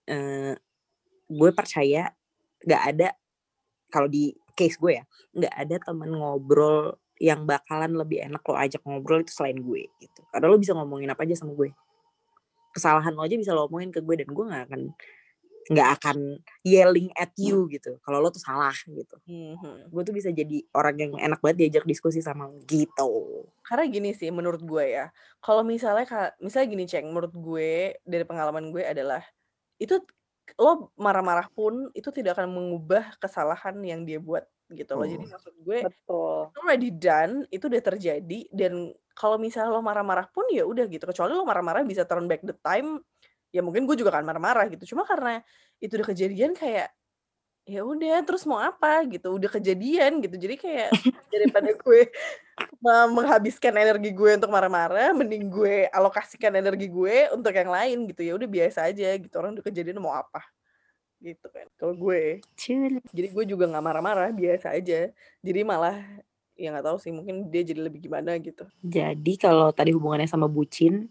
gue percaya nggak ada, kalau di case gue ya, nggak ada teman ngobrol yang bakalan lebih enak lo ajak ngobrol itu selain gue gitu. Karena lo bisa ngomongin apa aja sama gue, kesalahan lo aja bisa lo omongin ke gue, dan gue nggak akan nggak akan yelling at you gitu kalau lo tuh salah gitu. Gue tuh bisa jadi orang yang enak banget diajak diskusi sama lo gitu. Karena gini sih menurut gue ya, kalau misalnya gini Ceng, menurut gue dari pengalaman gue adalah itu lo marah-marah pun itu tidak akan mengubah kesalahan yang dia buat gitu loh. Jadi maksud gue Betul. itu already done, itu udah terjadi, dan kalau misalnya lo marah-marah pun ya udah gitu. Kecuali lo marah-marah bisa turn back the time, ya mungkin gue juga akan marah-marah gitu. Cuma karena itu udah kejadian kayak ya udah terus mau apa gitu, udah kejadian gitu. Jadi kayak daripada gue menghabiskan energi gue untuk marah-marah, mending gue alokasikan energi gue untuk yang lain gitu. Ya udah biasa aja gitu, orang udah kejadian mau apa gitu kan kalau gue. Jadi gue juga nggak marah-marah, biasa aja. Jadi malah ya nggak tahu sih, mungkin dia jadi lebih gimana gitu. Jadi kalau tadi hubungannya sama bucin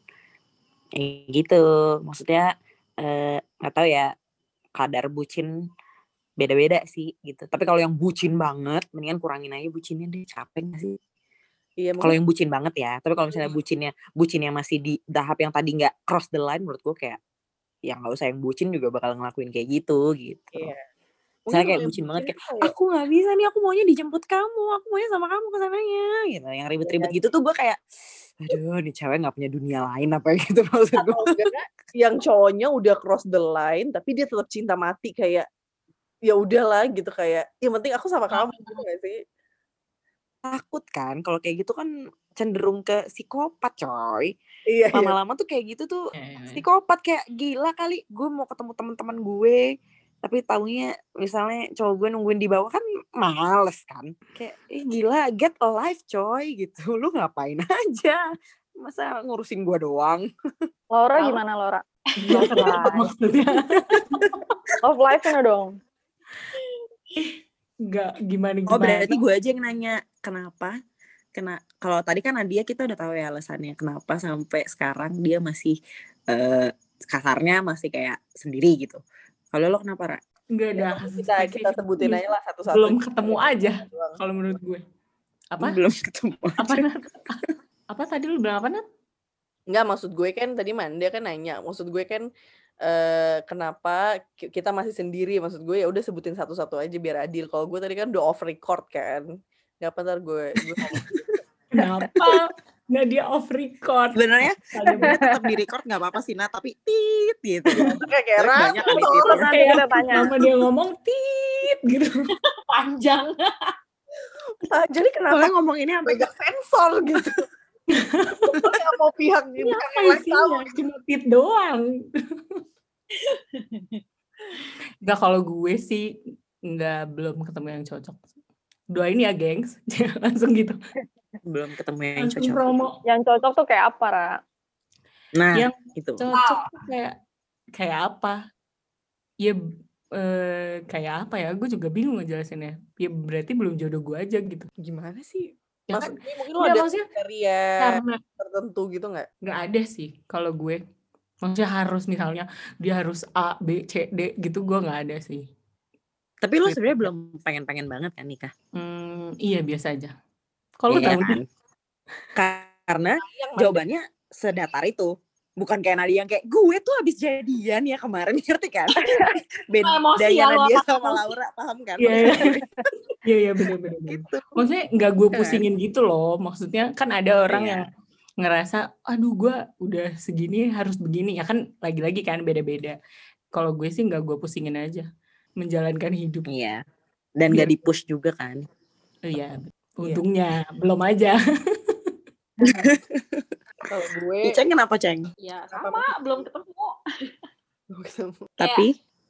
gitu, maksudnya nggak tahu ya, kadar bucin beda-beda sih gitu. Tapi kalau yang bucin banget, mendingan kurangin aja bucinnya deh, capek gak sih? Iya, Kalau yang bucin banget ya. Tapi kalau misalnya bucinnya masih di tahap yang tadi nggak cross the line, menurut gue kayak ya nggak usah yang bucin juga bakal ngelakuin kayak gitu. Iya. Misalnya kayak bucin banget kayak aku nggak bisa nih, aku maunya dijemput kamu, aku maunya sama kamu kesananya gitu. Yang ribet-ribet gitu tuh gue kayak aduh nih cewek nggak punya dunia lain apa gitu maksud gue. Yang cowoknya udah cross the line tapi dia tetap cinta mati kayak ya udahlah gitu, kayak yang penting aku sama kamu gitu gak sih? Takut kan kalau kayak gitu kan cenderung ke psikopat coy. Iya, Lama-lama tuh kayak gitu tuh psikopat, kayak gila kali gue mau ketemu teman-teman gue tapi taunya misalnya cowok gue nungguin di bawah kan males kan, kayak gila, get a life coy gitu, lu ngapain aja masa ngurusin gue doang. Laura gimana Laura? Love life maksudnya. Love life-nya dong. Enggak gimana. Oh berarti gue aja yang nanya kenapa. Kalau tadi kan Nadia kita udah tahu ya alasannya kenapa sampai sekarang dia masih kasarnya masih kayak sendiri gitu. Kalau lo kenapa, Ra? Enggak ada kita sebutin aja lah satu-satu. Belum ketemu aja kalau menurut gue. Apa? Belum ketemu. Apa tadi lu bilang apa, Nat? Enggak, maksud gue kan tadi Manda kan nanya. Maksud gue kan kenapa kita masih sendiri, maksud gue ya udah sebutin satu-satu aja biar adil. Kalau gue tadi kan udah off record kan. Enggak apa ntar gue ngomong. Kenapa nggak dia off record? Sebenarnya tetap di record nggak apa-apa sih, Nat, tapi tit gitu. Kayak banyak kali Nanti kita tanya. Nama dia ngomong tit gitu. Panjang. Jadi kenapa ngomong ini sampai gak sensor gitu? Kayak mau pihak gitu. Apa isinya? Cuma tit doang. Nggak, kalau gue sih belum ketemu yang cocok. Doain ya, gengs. Langsung gitu. Belum ketemu yang Langsung cocok. Promo. Yang cocok tuh kayak apa, Ra? Nah, yang itu. Cocok tuh kayak apa? Ya kayak apa ya? Gue juga bingung ngejelasinnya. Ya berarti belum jodoh gue aja gitu. Gimana sih? Ya, mungkin lo ada kriteria tertentu gitu nggak? Nggak ada sih kalau gue. Maksudnya harus misalnya dia harus A, B, C, D gitu, gue nggak ada sih. Tapi lo sebenarnya belum pengen banget kan nikah? Iya, biasa aja. Kalau tahu kan? Karena jawabannya sedatar itu. Bukan kayak Nadia yang kayak gue tuh habis jadian ya kemarin, ngerti kan? Bedanya Nadia sama Laura, paham kan? Iya benar-benar. Gitu. Maksudnya nggak gue pusingin gitu loh. Maksudnya kan ada orang yang ngerasa, aduh gue udah segini harus begini. Ya kan lagi-lagi kan beda-beda. Kalau gue sih nggak gue pusingin aja. Menjalankan hidup. Iya. Dan nggak di-push juga kan? Iya. Untungnya belum aja. Kalau gue Ceng kenapa Ceng? Ya sama, belum ketemu. Tapi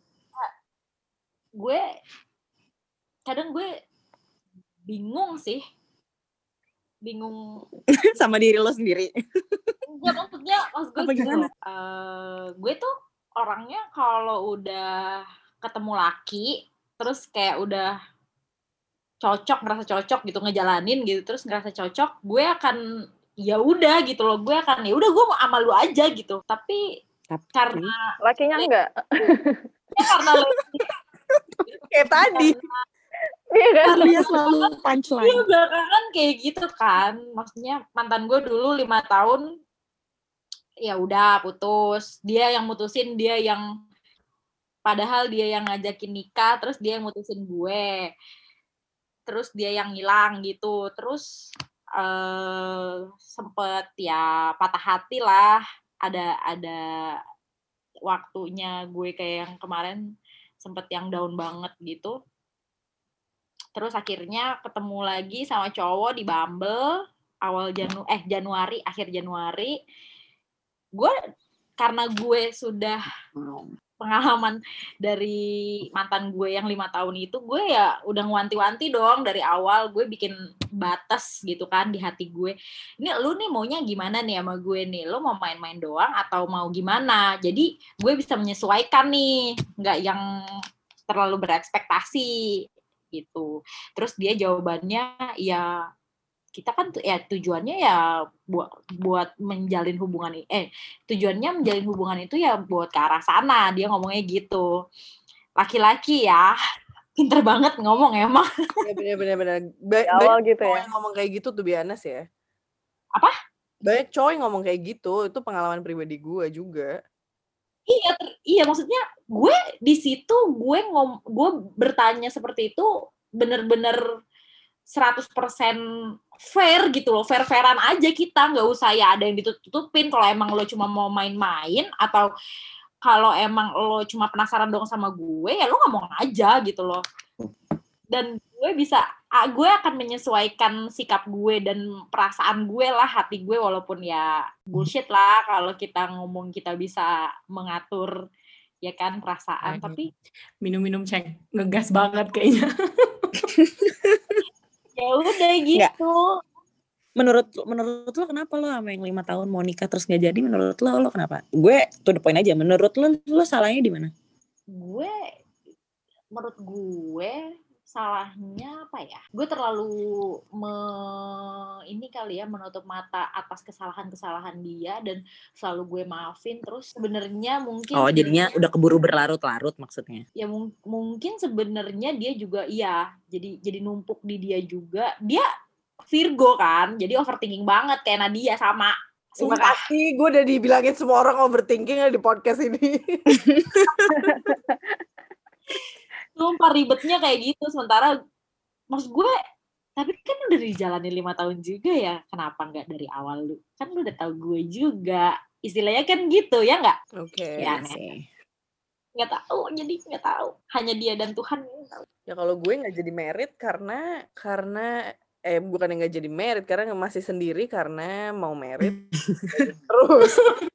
gue kadang gue bingung sih. Bingung sama diri lo sendiri. Enggak, maksud gue gimana? Gue tuh orangnya kalau udah ketemu laki terus kayak udah ngerasa cocok gitu, ngejalanin gitu, terus ngerasa cocok, gue akan ya udah gitu loh, gue akan ya udah gue mau sama lu aja gitu. Tapi karena lakinya enggak. Ya karena kayak tadi. Iya kan? Dia selalu punchline. Iya belakangan kayak gitu kan. Maksudnya mantan gue dulu 5 tahun ya udah putus. Dia yang mutusin, dia yang Padahal dia yang ngajakin nikah, terus dia yang mutusin gue. Terus dia yang ngilang gitu. Terus sempet ya patah hati lah. Ada waktunya gue kayak yang kemarin sempet yang down banget gitu. Terus akhirnya ketemu lagi sama cowok di Bumble Januari, akhir Januari. Gue karena gue sudah pengalaman dari mantan gue yang 5 tahun itu, gue ya udah ngewanti-wanti dong dari awal. Gue bikin batas gitu kan di hati gue. Ini lu nih maunya gimana nih sama gue nih? Lu mau main-main doang atau mau gimana? Jadi gue bisa menyesuaikan nih, nggak yang terlalu berekspektasi gitu. Terus dia jawabannya ya kita kan ya tujuannya ya buat menjalin hubungan tujuannya menjalin hubungan itu ya buat ke arah sana. Dia ngomongnya gitu. Laki-laki ya pinter banget ngomong emang. Ya benar-benar. awal Banyak gitu cowok ya. yang ngomong kayak gitu tuh biasa ya. Apa? Banyak cowok yang ngomong kayak gitu, itu pengalaman pribadi gue juga. Iya maksudnya gue di situ gue bertanya seperti itu bener-bener 100% fair gitu loh, fair-fairan aja kita, nggak usah ya ada yang ditutupin. Kalau emang lo cuma mau main-main atau kalau emang lo cuma penasaran dong sama gue, ya lo ngomong aja gitu loh. Dan gue akan menyesuaikan sikap gue dan perasaan gue lah, hati gue, walaupun ya bullshit lah kalau kita ngomong kita bisa mengatur ya kan perasaan, tapi minum-minum ceng, ngegas banget kayaknya. ya udah gitu. Menurut lo kenapa lo sama yang 5 tahun mau nikah terus nggak jadi? Menurut lo kenapa? Gue to the point aja. Menurut lo salahnya di mana? Menurut gue salahnya apa ya? Gue terlalu menutup mata atas kesalahan-kesalahan dia dan selalu gue maafin. Terus sebenarnya mungkin jadinya udah keburu berlarut-larut maksudnya. Ya mungkin sebenarnya dia juga jadi numpuk di dia juga. Dia Virgo kan, jadi overthinking banget kayak Nadia sama. Terima kasih, gue udah dibilangin semua orang overthinking di podcast ini. Sumpah ribetnya kayak gitu. Sementara maksud gue, tapi kan udah dijalanin 5 tahun juga ya. Kenapa nggak dari awal lu? Kan lu udah tahu gue juga. Istilahnya kan gitu ya nggak? Oke. Ya aneh. Nggak tahu. Hanya dia dan Tuhan yang tahu. Ya kalau gue nggak jadi married karena bukan nggak jadi married karena masih sendiri karena mau married terus.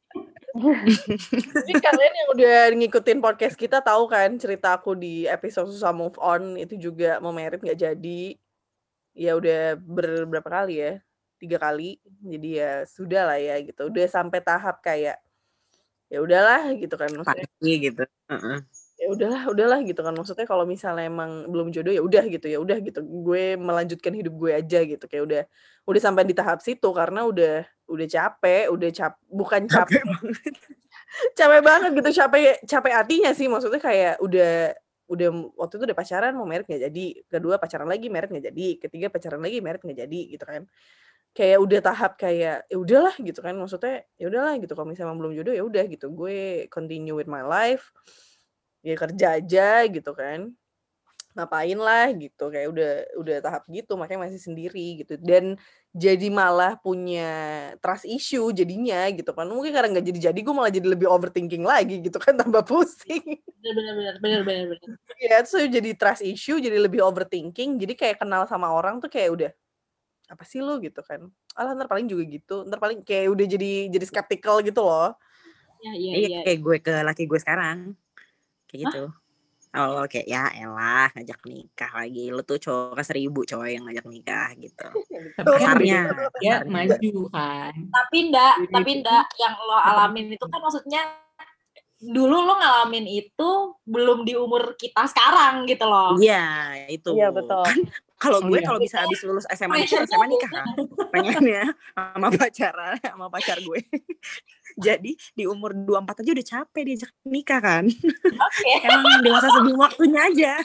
Jadi kalian yang udah ngikutin podcast kita tahu kan cerita aku di episode susah move on itu juga mau married nggak jadi. Ya udah berapa kali ya? 3 kali. Jadi ya sudah lah ya gitu. Udah sampai tahap kayak ya udahlah gitu kan maksudnya. Pasti gitu. Ya udahlah gitu kan maksudnya kalau misalnya emang belum jodoh ya udah gitu gue melanjutkan hidup gue aja gitu kayak udah sampai di tahap situ karena udah capek bukan capek banget capek banget gitu capek hatinya sih maksudnya kayak udah waktu itu udah pacaran mau married nggak jadi, kedua pacaran lagi married nggak jadi, ketiga pacaran lagi married nggak jadi gitu kan kayak udah tahap kayak ya udahlah gitu kan maksudnya ya udahlah gitu kalau misalnya belum jodoh ya udah gitu gue continue with my life. Ya kerja aja gitu kan ngapain lah gitu kayak udah tahap gitu makanya masih sendiri gitu dan jadi malah punya trust issue jadinya gitu kan mungkin karena nggak jadi gue malah jadi lebih overthinking lagi gitu kan tambah pusing benar ya so jadi trust issue jadi lebih overthinking jadi kayak kenal sama orang tuh kayak udah apa sih lo gitu kan ntar paling juga gitu ntar paling kayak udah jadi skeptical gitu loh iya kayak gue ke laki gue sekarang kayak gitu. Oh kayak ya elah ngajak nikah lagi. Lu tuh cowok 1000 cowok yang ngajak nikah gitu. Kasarnya. Ya maju kan. Tapi enggak yang lo alamin itu kan maksudnya dulu lo ngalamin itu belum di umur kita sekarang gitu loh. Iya itu. Iya betul. Kan kalau gue kalau bisa habis lulus SMA nikah kan. Pengennya sama pacar gue. Jadi di umur 24 aja udah capek diajak nikah kan. Okay. Emang dewasa sebelum waktunya aja.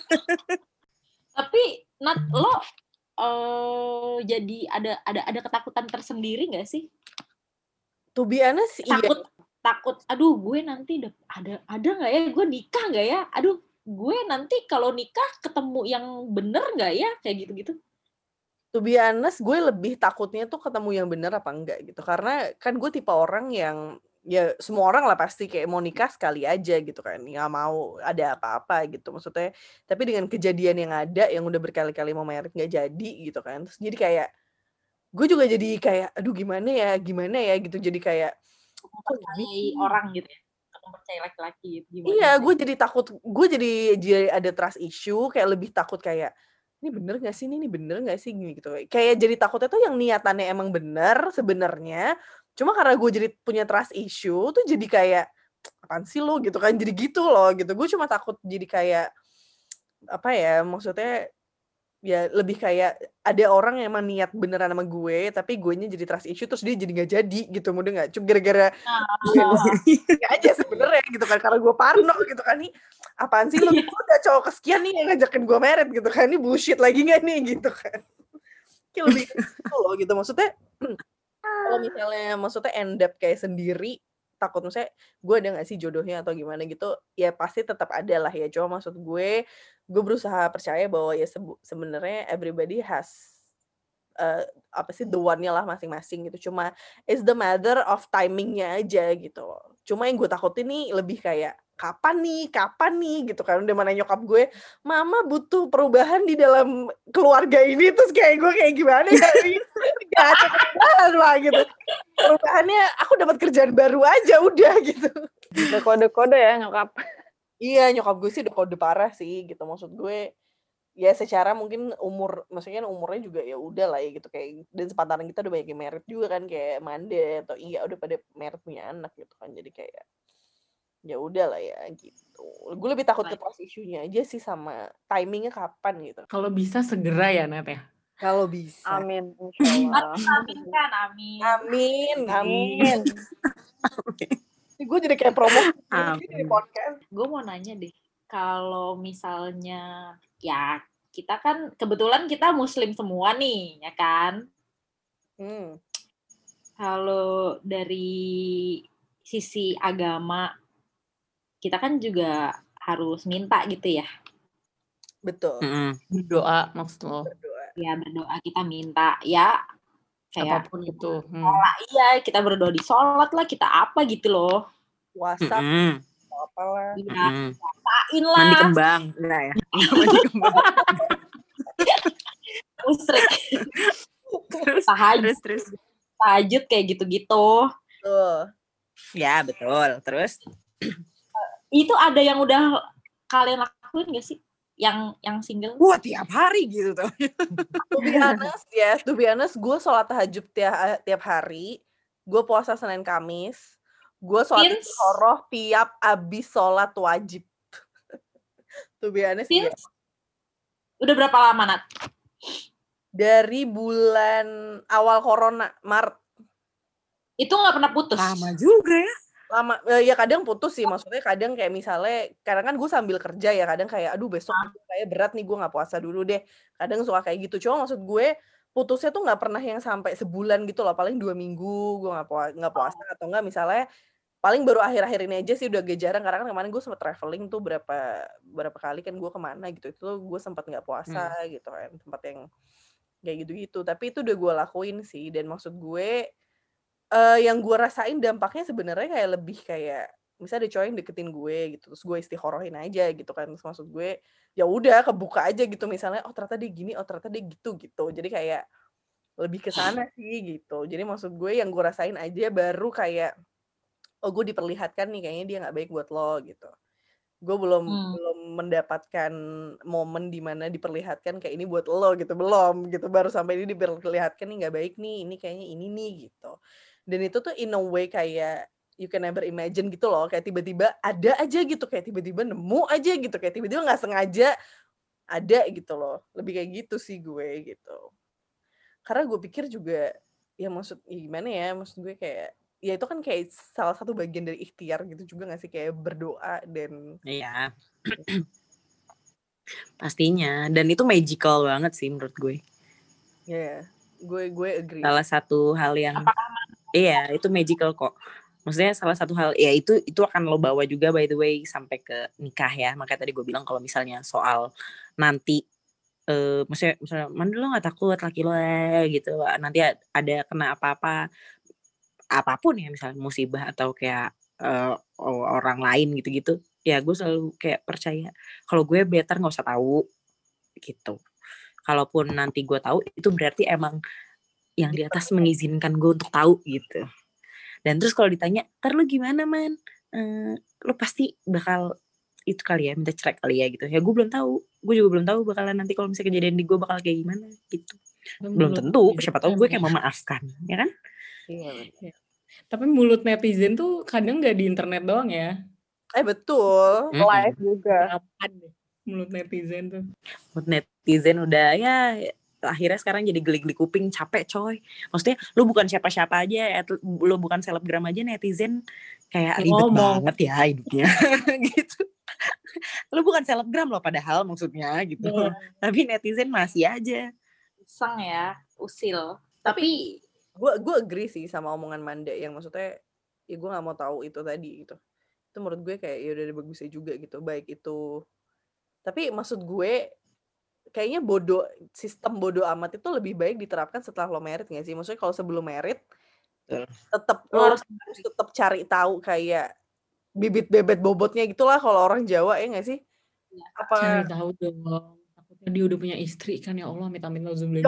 Tapi Nat, lo jadi ada ketakutan tersendiri nggak sih? To be honest, iya. takut, aduh gue nanti ada nggak ya, gue nikah nggak ya, aduh gue nanti kalau nikah ketemu yang bener nggak ya, kayak gitu-gitu. To be honest, gue lebih takutnya tuh ketemu yang bener apa enggak gitu. Karena kan gue tipe orang yang, ya semua orang lah pasti kayak mau nikah sekali aja gitu kan. Nggak mau ada apa-apa gitu maksudnya. Tapi dengan kejadian yang ada, yang udah berkali-kali mau married nggak jadi gitu kan. Terus jadi kayak, gue juga jadi kayak, aduh gimana ya gitu. Jadi kayak, kok Mempercayai orang gitu ya, mempercayai laki-laki gitu, gimana iya, sih? gue jadi takut, gue jadi ada trust issue, kayak lebih takut kayak, ini bener gak sih, ini bener gak sih, gini gitu. Kayak jadi takutnya tuh yang niatannya emang bener sebenarnya, cuma karena gue jadi punya trust issue, tuh jadi kayak, apaan sih lo gitu kan, jadi gitu loh gitu. Gue cuma takut jadi kayak, apa ya, maksudnya, ya lebih kayak ada orang yang emang niat beneran sama gue, tapi guenya jadi trust issue, terus dia jadi gak jadi gitu, mudah gak? Cuma gara-gara ya aja sebenarnya gitu kan, karena gue parno gitu kan, nih apaan sih lu, udah cowok kesekian nih yang ngajakin gue married gitu kan, ini bullshit lagi gak nih gitu kan, kayak lebih gitu loh gitu. Maksudnya kalau misalnya maksudnya end up kayak sendiri, takut maksudnya gue ada gak sih jodohnya atau gimana gitu, ya pasti tetap ada lah ya. Cuma maksud gue berusaha percaya bahwa ya sebenarnya everybody has apa sih, the one-nya lah masing-masing gitu. Cuma it's the matter of timing-nya aja gitu loh. Cuma yang gue takutin nih lebih kayak kapan nih gitu kan. Udah mana nyokap gue, mama butuh perubahan di dalam keluarga ini, terus kayak gue kayak gimana ya, gak ada perubahan lah gitu. Perubahannya aku dapat kerjaan baru aja udah gitu. Ada kode-kode ya nyokap. Iya, nyokap gue sih udah kode parah sih gitu. Maksud gue ya secara mungkin maksudnya umurnya juga ya udah lah ya gitu, kayak dan sepantaran kita udah banyak yang married juga kan, kayak Manda atau iya udah pada married punya anak gitu kan, jadi kayak ya udah lah ya gitu. Gue lebih takut ke trust issue-nya aja sih, sama timingnya kapan gitu. Kalau bisa segera ya, Nat ya. Kalau bisa. Amin, insyaallah. Amin kan, Amin. Gue jadi kayak promo di podcast. Gue mau nanya deh, kalau misalnya ya kita kan kebetulan kita muslim semua nih, ya kan? Kalau dari sisi agama, kita kan juga harus minta gitu ya. Betul. Berdoa maksud lo. Ya berdoa, kita minta ya kayak apapun itu. Iya, kita berdoa di sholat lah, kita apa gitu loh. WhatsApp apalah. Iya, ngapain lah. Mandi kembang. Enggak ya? Mandi kembang. Musrik. Terus. Tahajud kayak gitu-gitu. Ya, betul. Terus? Itu ada yang udah kalian lakuin gak sih? Yang single? Wah, tiap hari gitu tuh. To be honest, gue sholat tahajud tiap hari. Gue puasa Senin Kamis. Gue sholat istiqoroh tiap abis sholat wajib. To be honest, ya. Udah berapa lama, Nat? Dari bulan awal corona, Maret. Itu gak pernah putus? Lama juga ya. Lama, ya kadang putus sih, maksudnya kadang kayak misalnya, kadang kan gue sambil kerja ya, kadang kayak aduh besok kayak berat nih, gue gak puasa dulu deh. Kadang suka kayak gitu, cuma maksud gue putusnya tuh gak pernah yang sampai sebulan gitu loh, paling 2 minggu gue gak puasa, atau enggak misalnya paling baru akhir-akhir ini aja sih udah agak jarang, karena kan kemarin gue sempet traveling tuh berapa kali kan gue kemana gitu, itu gue sempat nggak puasa gitu kan, tempat yang kayak gitu-gitu. Tapi itu udah gue lakuin sih, dan maksud gue yang gue rasain dampaknya sebenarnya kayak lebih kayak misalnya ada cowok yang deketin gue gitu, terus gue istiqorohin aja gitu kan, terus maksud gue ya udah kebuka aja gitu, misalnya oh ternyata dia gini, oh ternyata dia gitu, jadi kayak lebih ke sana sih gitu. Jadi maksud gue yang gue rasain aja baru kayak oh gue diperlihatkan nih kayaknya dia nggak baik buat lo gitu. Gue belum mendapatkan momen dimana diperlihatkan kayak ini buat lo gitu, belum gitu, baru sampai ini diperlihatkan nih nggak baik nih, ini kayaknya ini nih gitu. Dan itu tuh in a way kayak you can never imagine gitu loh, kayak tiba-tiba ada aja gitu, kayak tiba-tiba nemu aja gitu, kayak tiba-tiba nggak sengaja ada gitu loh, lebih kayak gitu sih gue gitu. Karena gue pikir juga ya gimana ya, maksud gue kayak ya itu kan kayak salah satu bagian dari ikhtiar gitu juga gak sih, kayak berdoa dan iya. Pastinya, dan itu magical banget sih menurut gue. Iya, gue agree. Salah satu hal yang iya, itu magical kok. Maksudnya salah satu hal ya itu akan lo bawa juga by the way sampai ke nikah ya. Makanya tadi gue bilang kalau misalnya soal nanti misalnya mana lo nggak takut laki lo gitu nanti ada kena apa-apa apapun ya misalnya musibah atau kayak orang lain gitu-gitu ya gue selalu kayak percaya kalau gue better nggak usah tahu gitu. Kalaupun nanti gue tahu itu berarti emang yang di atas mengizinkan gue untuk tahu gitu. Dan terus kalau ditanya, ntar lu gimana man? Lu pasti bakal itu kali ya, minta cerai kali ya gitu. Ya gue belum tahu. Gue juga belum tahu bakalan nanti kalau misalnya kejadian di gue bakal kayak gimana gitu. Belum tentu, siapa tahu gue kayak memaafkan, ya kan? Iya. Tapi mulut netizen tuh kadang nggak di internet doang ya. Betul. Live juga. Mulut netizen tuh. Mulut netizen udah ya akhirnya sekarang jadi geli-geli kuping, capek coy. Maksudnya lu bukan siapa-siapa aja, lu bukan selebgram aja netizen kayak ribet banget ya hidupnya gitu. Lu bukan selebgram loh padahal maksudnya gitu. Tapi netizen masih aja iseng ya, usil. Tapi gue agree sih sama omongan Manda yang maksudnya ya gue nggak mau tahu itu tadi gitu. Itu menurut gue kayak ya udah bagusnya juga gitu. Baik itu. Tapi maksud gue kayaknya sistem bodoh amat itu lebih baik diterapkan setelah lo merit nggak sih? Maksudnya kalau sebelum merit tetap lo harus tetap cari tahu kayak bibit bebet bobotnya gitulah kalau orang Jawa ya nggak sih? Apa cari tahu dong. Takutnya dia udah punya istri kan ya Allah amit-amit nauzubillah.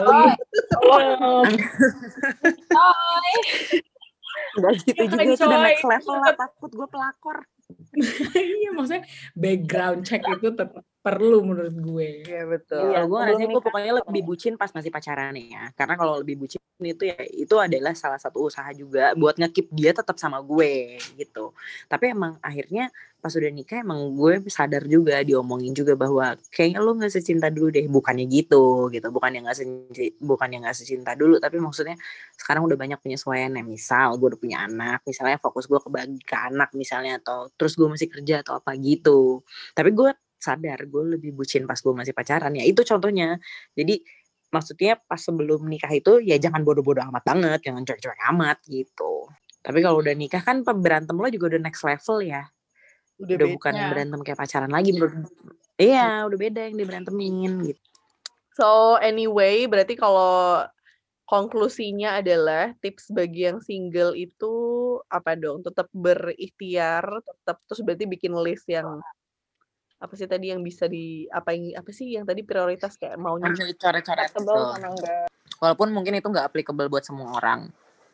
Udah gitu juga itu udah next level lah, takut gue pelakor. Iya maksudnya background check itu tetap perlu menurut gue. Iya betul. Iya, gue ngerasa gue pokoknya lebih bucin pas masih pacaran ya. Karena kalau lebih bucin itu ya itu adalah salah satu usaha juga buat nge-keep dia tetap sama gue gitu. Tapi emang akhirnya pas udah nikah emang gue sadar juga diomongin juga bahwa kayaknya lo nggak secinta dulu deh, bukannya gitu. Bukan yang nggak secinta dulu, tapi maksudnya sekarang udah banyak penyesuaian ya. Misal gue udah punya anak, misalnya fokus gue ke anak misalnya atau terus gue masih kerja atau apa gitu. Tapi gue sadar gue lebih bucin pas gue masih pacaran ya itu contohnya. Jadi maksudnya pas sebelum nikah itu ya jangan bodoh-bodoh amat banget, jangan cuek-cuek amat gitu. Tapi kalau udah nikah kan berantem lo juga udah next level ya. Udah bukan berantem kayak pacaran lagi iya udah beda yang diberantemin gitu. So anyway berarti kalau konklusinya adalah tips bagi yang single itu apa dong? Tetap berikhtiar, tetap terus berarti bikin list yang apa sih tadi yang bisa apa sih yang tadi prioritas kayak maunya coret-coret walaupun mungkin itu nggak applicable buat semua orang.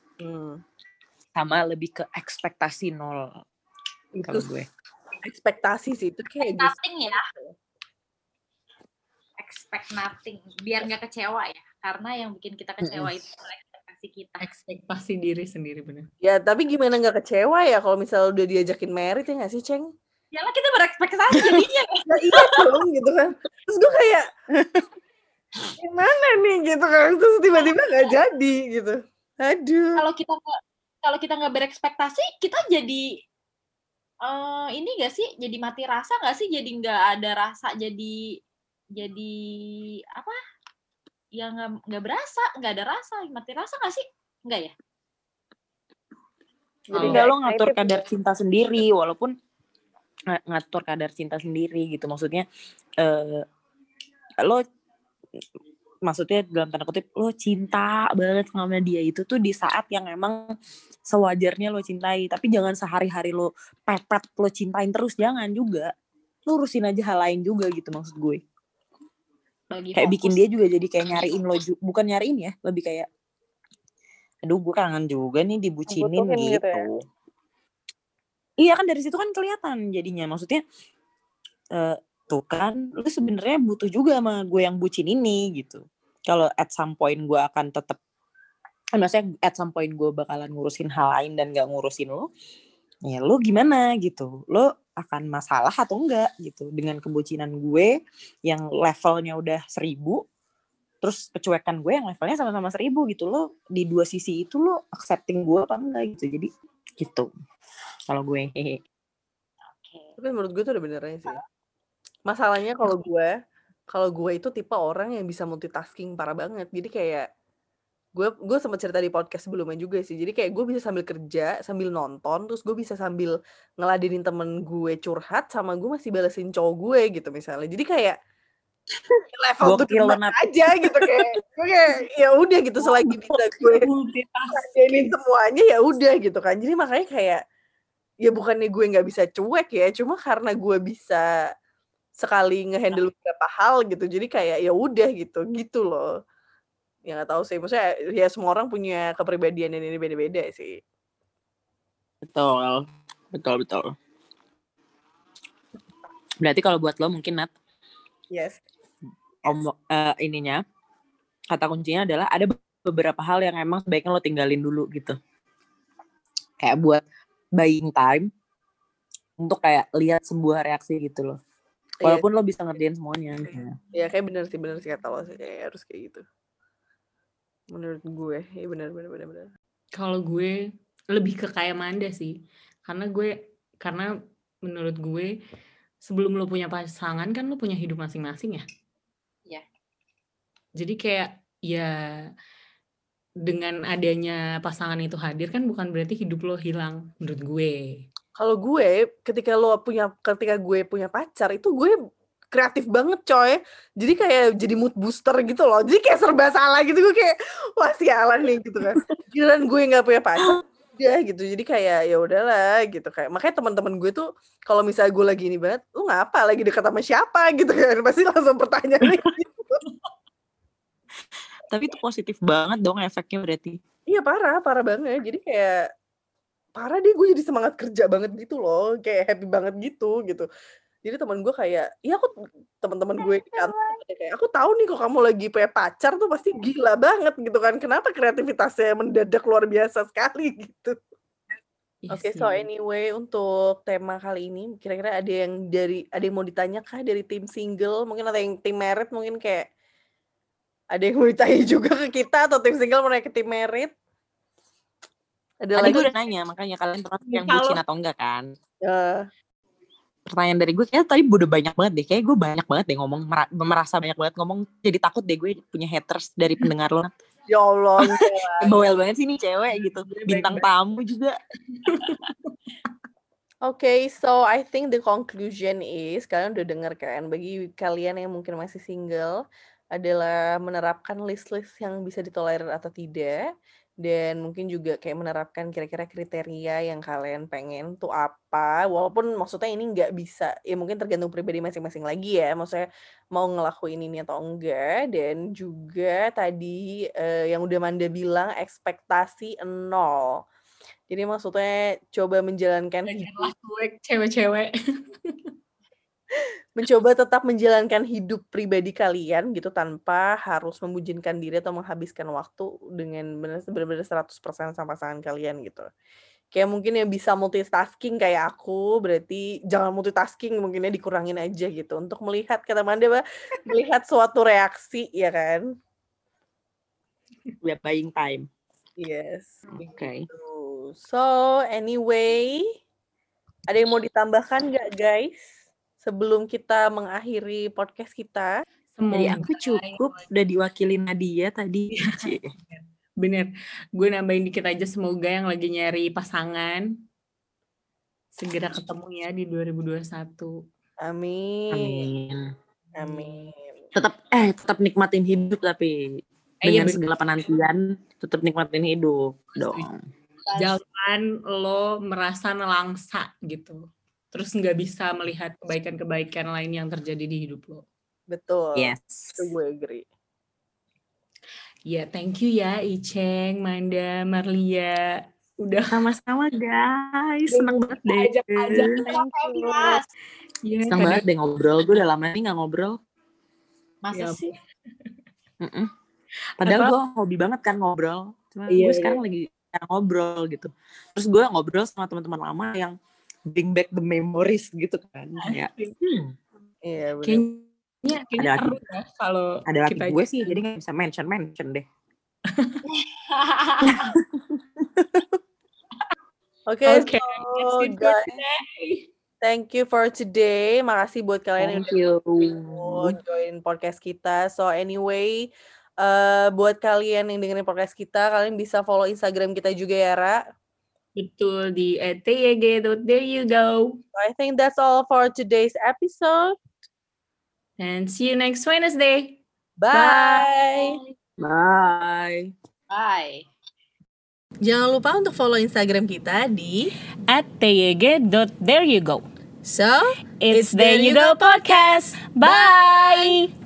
Sama lebih ke ekspektasi nol kalau gue. Ekspektasi sih itu kayak nothing ya. Expect nothing biar nggak kecewa ya, karena yang bikin kita kecewa itu ekspektasi kita. Ekspektasi diri sendiri benar. Ya tapi gimana nggak kecewa ya kalau misalnya udah diajakin merit ya nggak sih Ceng? Ya lah kita berekspektasi jadinya. Nah, iya dong gitu kan. Terus gue kayak gimana nih gitu kan. Terus tiba-tiba gak jadi gitu. Aduh. Kalau kita nggak berekspektasi, kita jadi ini gak sih? Jadi mati rasa gak sih? Jadi nggak ada rasa, jadi apa? Ya nggak berasa, nggak ada rasa, mati rasa gak sih? Enggak ya? Jadi nggak lo ngatur kadar cinta sendiri, walaupun ngatur kadar cinta sendiri gitu. Maksudnya lo maksudnya dalam tanda kutip lo cinta banget sama dia itu tuh di saat yang emang sewajarnya lo cintai, tapi jangan sehari-hari lo pepet lo cintain terus, jangan juga. Lo urusin aja hal lain juga gitu maksud gue. Kayak bikin dia juga jadi kayak nyariin lo, bukan nyariin ya, lebih kayak aduh gue kangen juga nih dibucinin gitu ya. Iya kan dari situ kan kelihatan jadinya, maksudnya tuh kan lu sebenarnya butuh juga sama gue yang bucin ini gitu. Kalau at some point gue akan tetap, maksudnya at some point gue bakalan ngurusin hal lain dan gak ngurusin lo, ya lo gimana gitu, lo akan masalah atau enggak gitu dengan kebucinan gue yang levelnya udah 1000, terus kecuekan gue yang levelnya sama-sama 1000 gitu. Lo di dua sisi itu lo accepting gue apa enggak gitu. Jadi gitu kalau gue. Tapi menurut gue tuh udah benernya sih. Masalahnya kalau gue itu tipe orang yang bisa multitasking parah banget. Jadi kayak gue sempat cerita di podcast sebelumnya juga sih. Jadi kayak gue bisa sambil kerja, sambil nonton, terus gue bisa sambil ngeladenin temen gue curhat, sama gue masih balesin cowok gue gitu misalnya. Jadi kayak level tuh Gokil lo, Nat. aja gitu, kayak gue kayak ya udah gitu, selagi bisa gue ladenin semuanya ya udah gitu kan. Jadi makanya kayak ya bukannya gue nggak bisa cuek ya, cuma karena gue bisa sekali ngehandle beberapa hal gitu, jadi kayak ya udah gitu loh. Ya nggak tahu sih, maksudnya ya semua orang punya kepribadian yang ini beda-beda sih. Betul. Berarti kalau buat lo mungkin, Nat, Yes. ininya, kata kuncinya adalah ada beberapa hal yang emang sebaiknya lo tinggalin dulu gitu. Kayak buat buying time untuk kayak lihat sebuah reaksi gitu loh. Walaupun lo bisa ngerjain semuanya. Ya kayak bener sih kata lo sih, kayak harus kayak gitu. Menurut gue, ya benar. Kalau gue lebih ke kayak Manda sih, karena menurut gue sebelum lo punya pasangan kan lo punya hidup masing-masing ya. Iya. Jadi kayak ya dengan adanya pasangan itu hadir kan bukan berarti hidup lo hilang menurut gue. Kalau gue ketika gue punya pacar itu gue kreatif banget coy. Jadi kayak jadi mood booster gitu loh. Jadi kayak serba salah gitu, gue kayak wah sialan nih gitu kan. Giliran gue nggak punya pacar udah gitu. Jadi kayak ya udahlah gitu, kayak makanya teman-teman gue tuh kalau misalnya gue lagi ini banget, lu ngapa lagi dekat sama siapa gitu kan, pasti langsung pertanyaan gitu. Tapi itu positif banget dong efeknya berarti. Iya parah banget. Jadi kayak parah deh, gue jadi semangat kerja banget gitu loh, kayak happy banget gitu. Jadi teman gue kayak, teman-teman gue di kantor kayak, aku tahu nih kok kamu lagi punya pacar tuh pasti gila banget gitu kan. Kenapa kreativitasnya mendadak luar biasa sekali gitu. Oke, so anyway untuk tema kali ini kira-kira ada yang mau ditanya kah dari tim single? Mungkin ada yang tim married, mungkin kayak ada yang mau ditanya juga ke kita, atau tim single mau nanya ke tim married? Tadi gue udah nanya, makanya kalian termasuk yang bucin atau enggak kan? Pertanyaan dari gue kayaknya tadi udah banyak banget deh. Kayak gue banyak banget deh ngomong, merasa banyak banget ngomong. Jadi takut deh gue punya haters dari pendengar lo. Ya Allah. Bawel banget sih nih cewek gitu. Bintang tamu juga. Okay, so I think the conclusion is, kalian udah denger kan, bagi kalian yang mungkin masih single, adalah menerapkan list-list yang bisa ditolerir atau tidak, dan mungkin juga kayak menerapkan kira-kira kriteria yang kalian pengen tuh apa, walaupun maksudnya ini nggak bisa, ya mungkin tergantung pribadi masing-masing lagi ya, maksudnya mau ngelakuin ini atau enggak, dan juga tadi yang udah Manda bilang, ekspektasi 0. Jadi maksudnya coba menjalankan hidup, cewek-cewek. mencoba tetap menjalankan hidup pribadi kalian gitu tanpa harus membujinkan diri atau menghabiskan waktu dengan benar-benar 100% sama pasangan kalian gitu. Kayak mungkin yang bisa multitasking kayak aku, berarti jangan multitasking, mungkinnya dikurangin aja gitu untuk melihat, kata Manda, melihat suatu reaksi ya kan. We are buying time. Yes. Okay. So anyway, ada yang mau ditambahkan nggak guys sebelum kita mengakhiri podcast kita? Dari aku cukup, udah diwakili Nadia tadi. Bener, gue nambahin dikit aja, semoga yang lagi nyari pasangan segera ketemu ya di 2021. Amin. Tetap nikmatin hidup, tapi dengan segala penantian tetap nikmatin hidup dong. Jangan lo merasa nelangsa gitu, terus nggak bisa melihat kebaikan-kebaikan lain yang terjadi di hidup lo. Betul. Yes. Itu gue agree. Ya, thank you ya Iceng, Manda, Marlia. Udah sama-sama guys. Seneng banget deh. Seneng banget deh ngobrol. Gue udah lama nih gak ngobrol. Masa sih? Padahal gue hobi banget kan ngobrol. Cuma gue sekarang lagi ngobrol gitu. Terus gue ngobrol sama teman-teman lama yang bring back the memories gitu kan. Ya. Iya benar. Kayaknya seru ya kalau ada laki gue sih, jadi nggak bisa mention deh. Okay, so guys, thank you for today. Makasih buat kalian yang udah join podcast kita. So anyway, Buat kalian yang dengerin podcast kita, kalian bisa follow Instagram kita juga ya, Ra. Betul, di @tyg. There you go. I think that's all for today's episode. And see you next Wednesday. Bye. Bye. Bye. Jangan lupa untuk follow Instagram kita di @tyg.thereyougo. So, It's There You Go Podcast. Bye.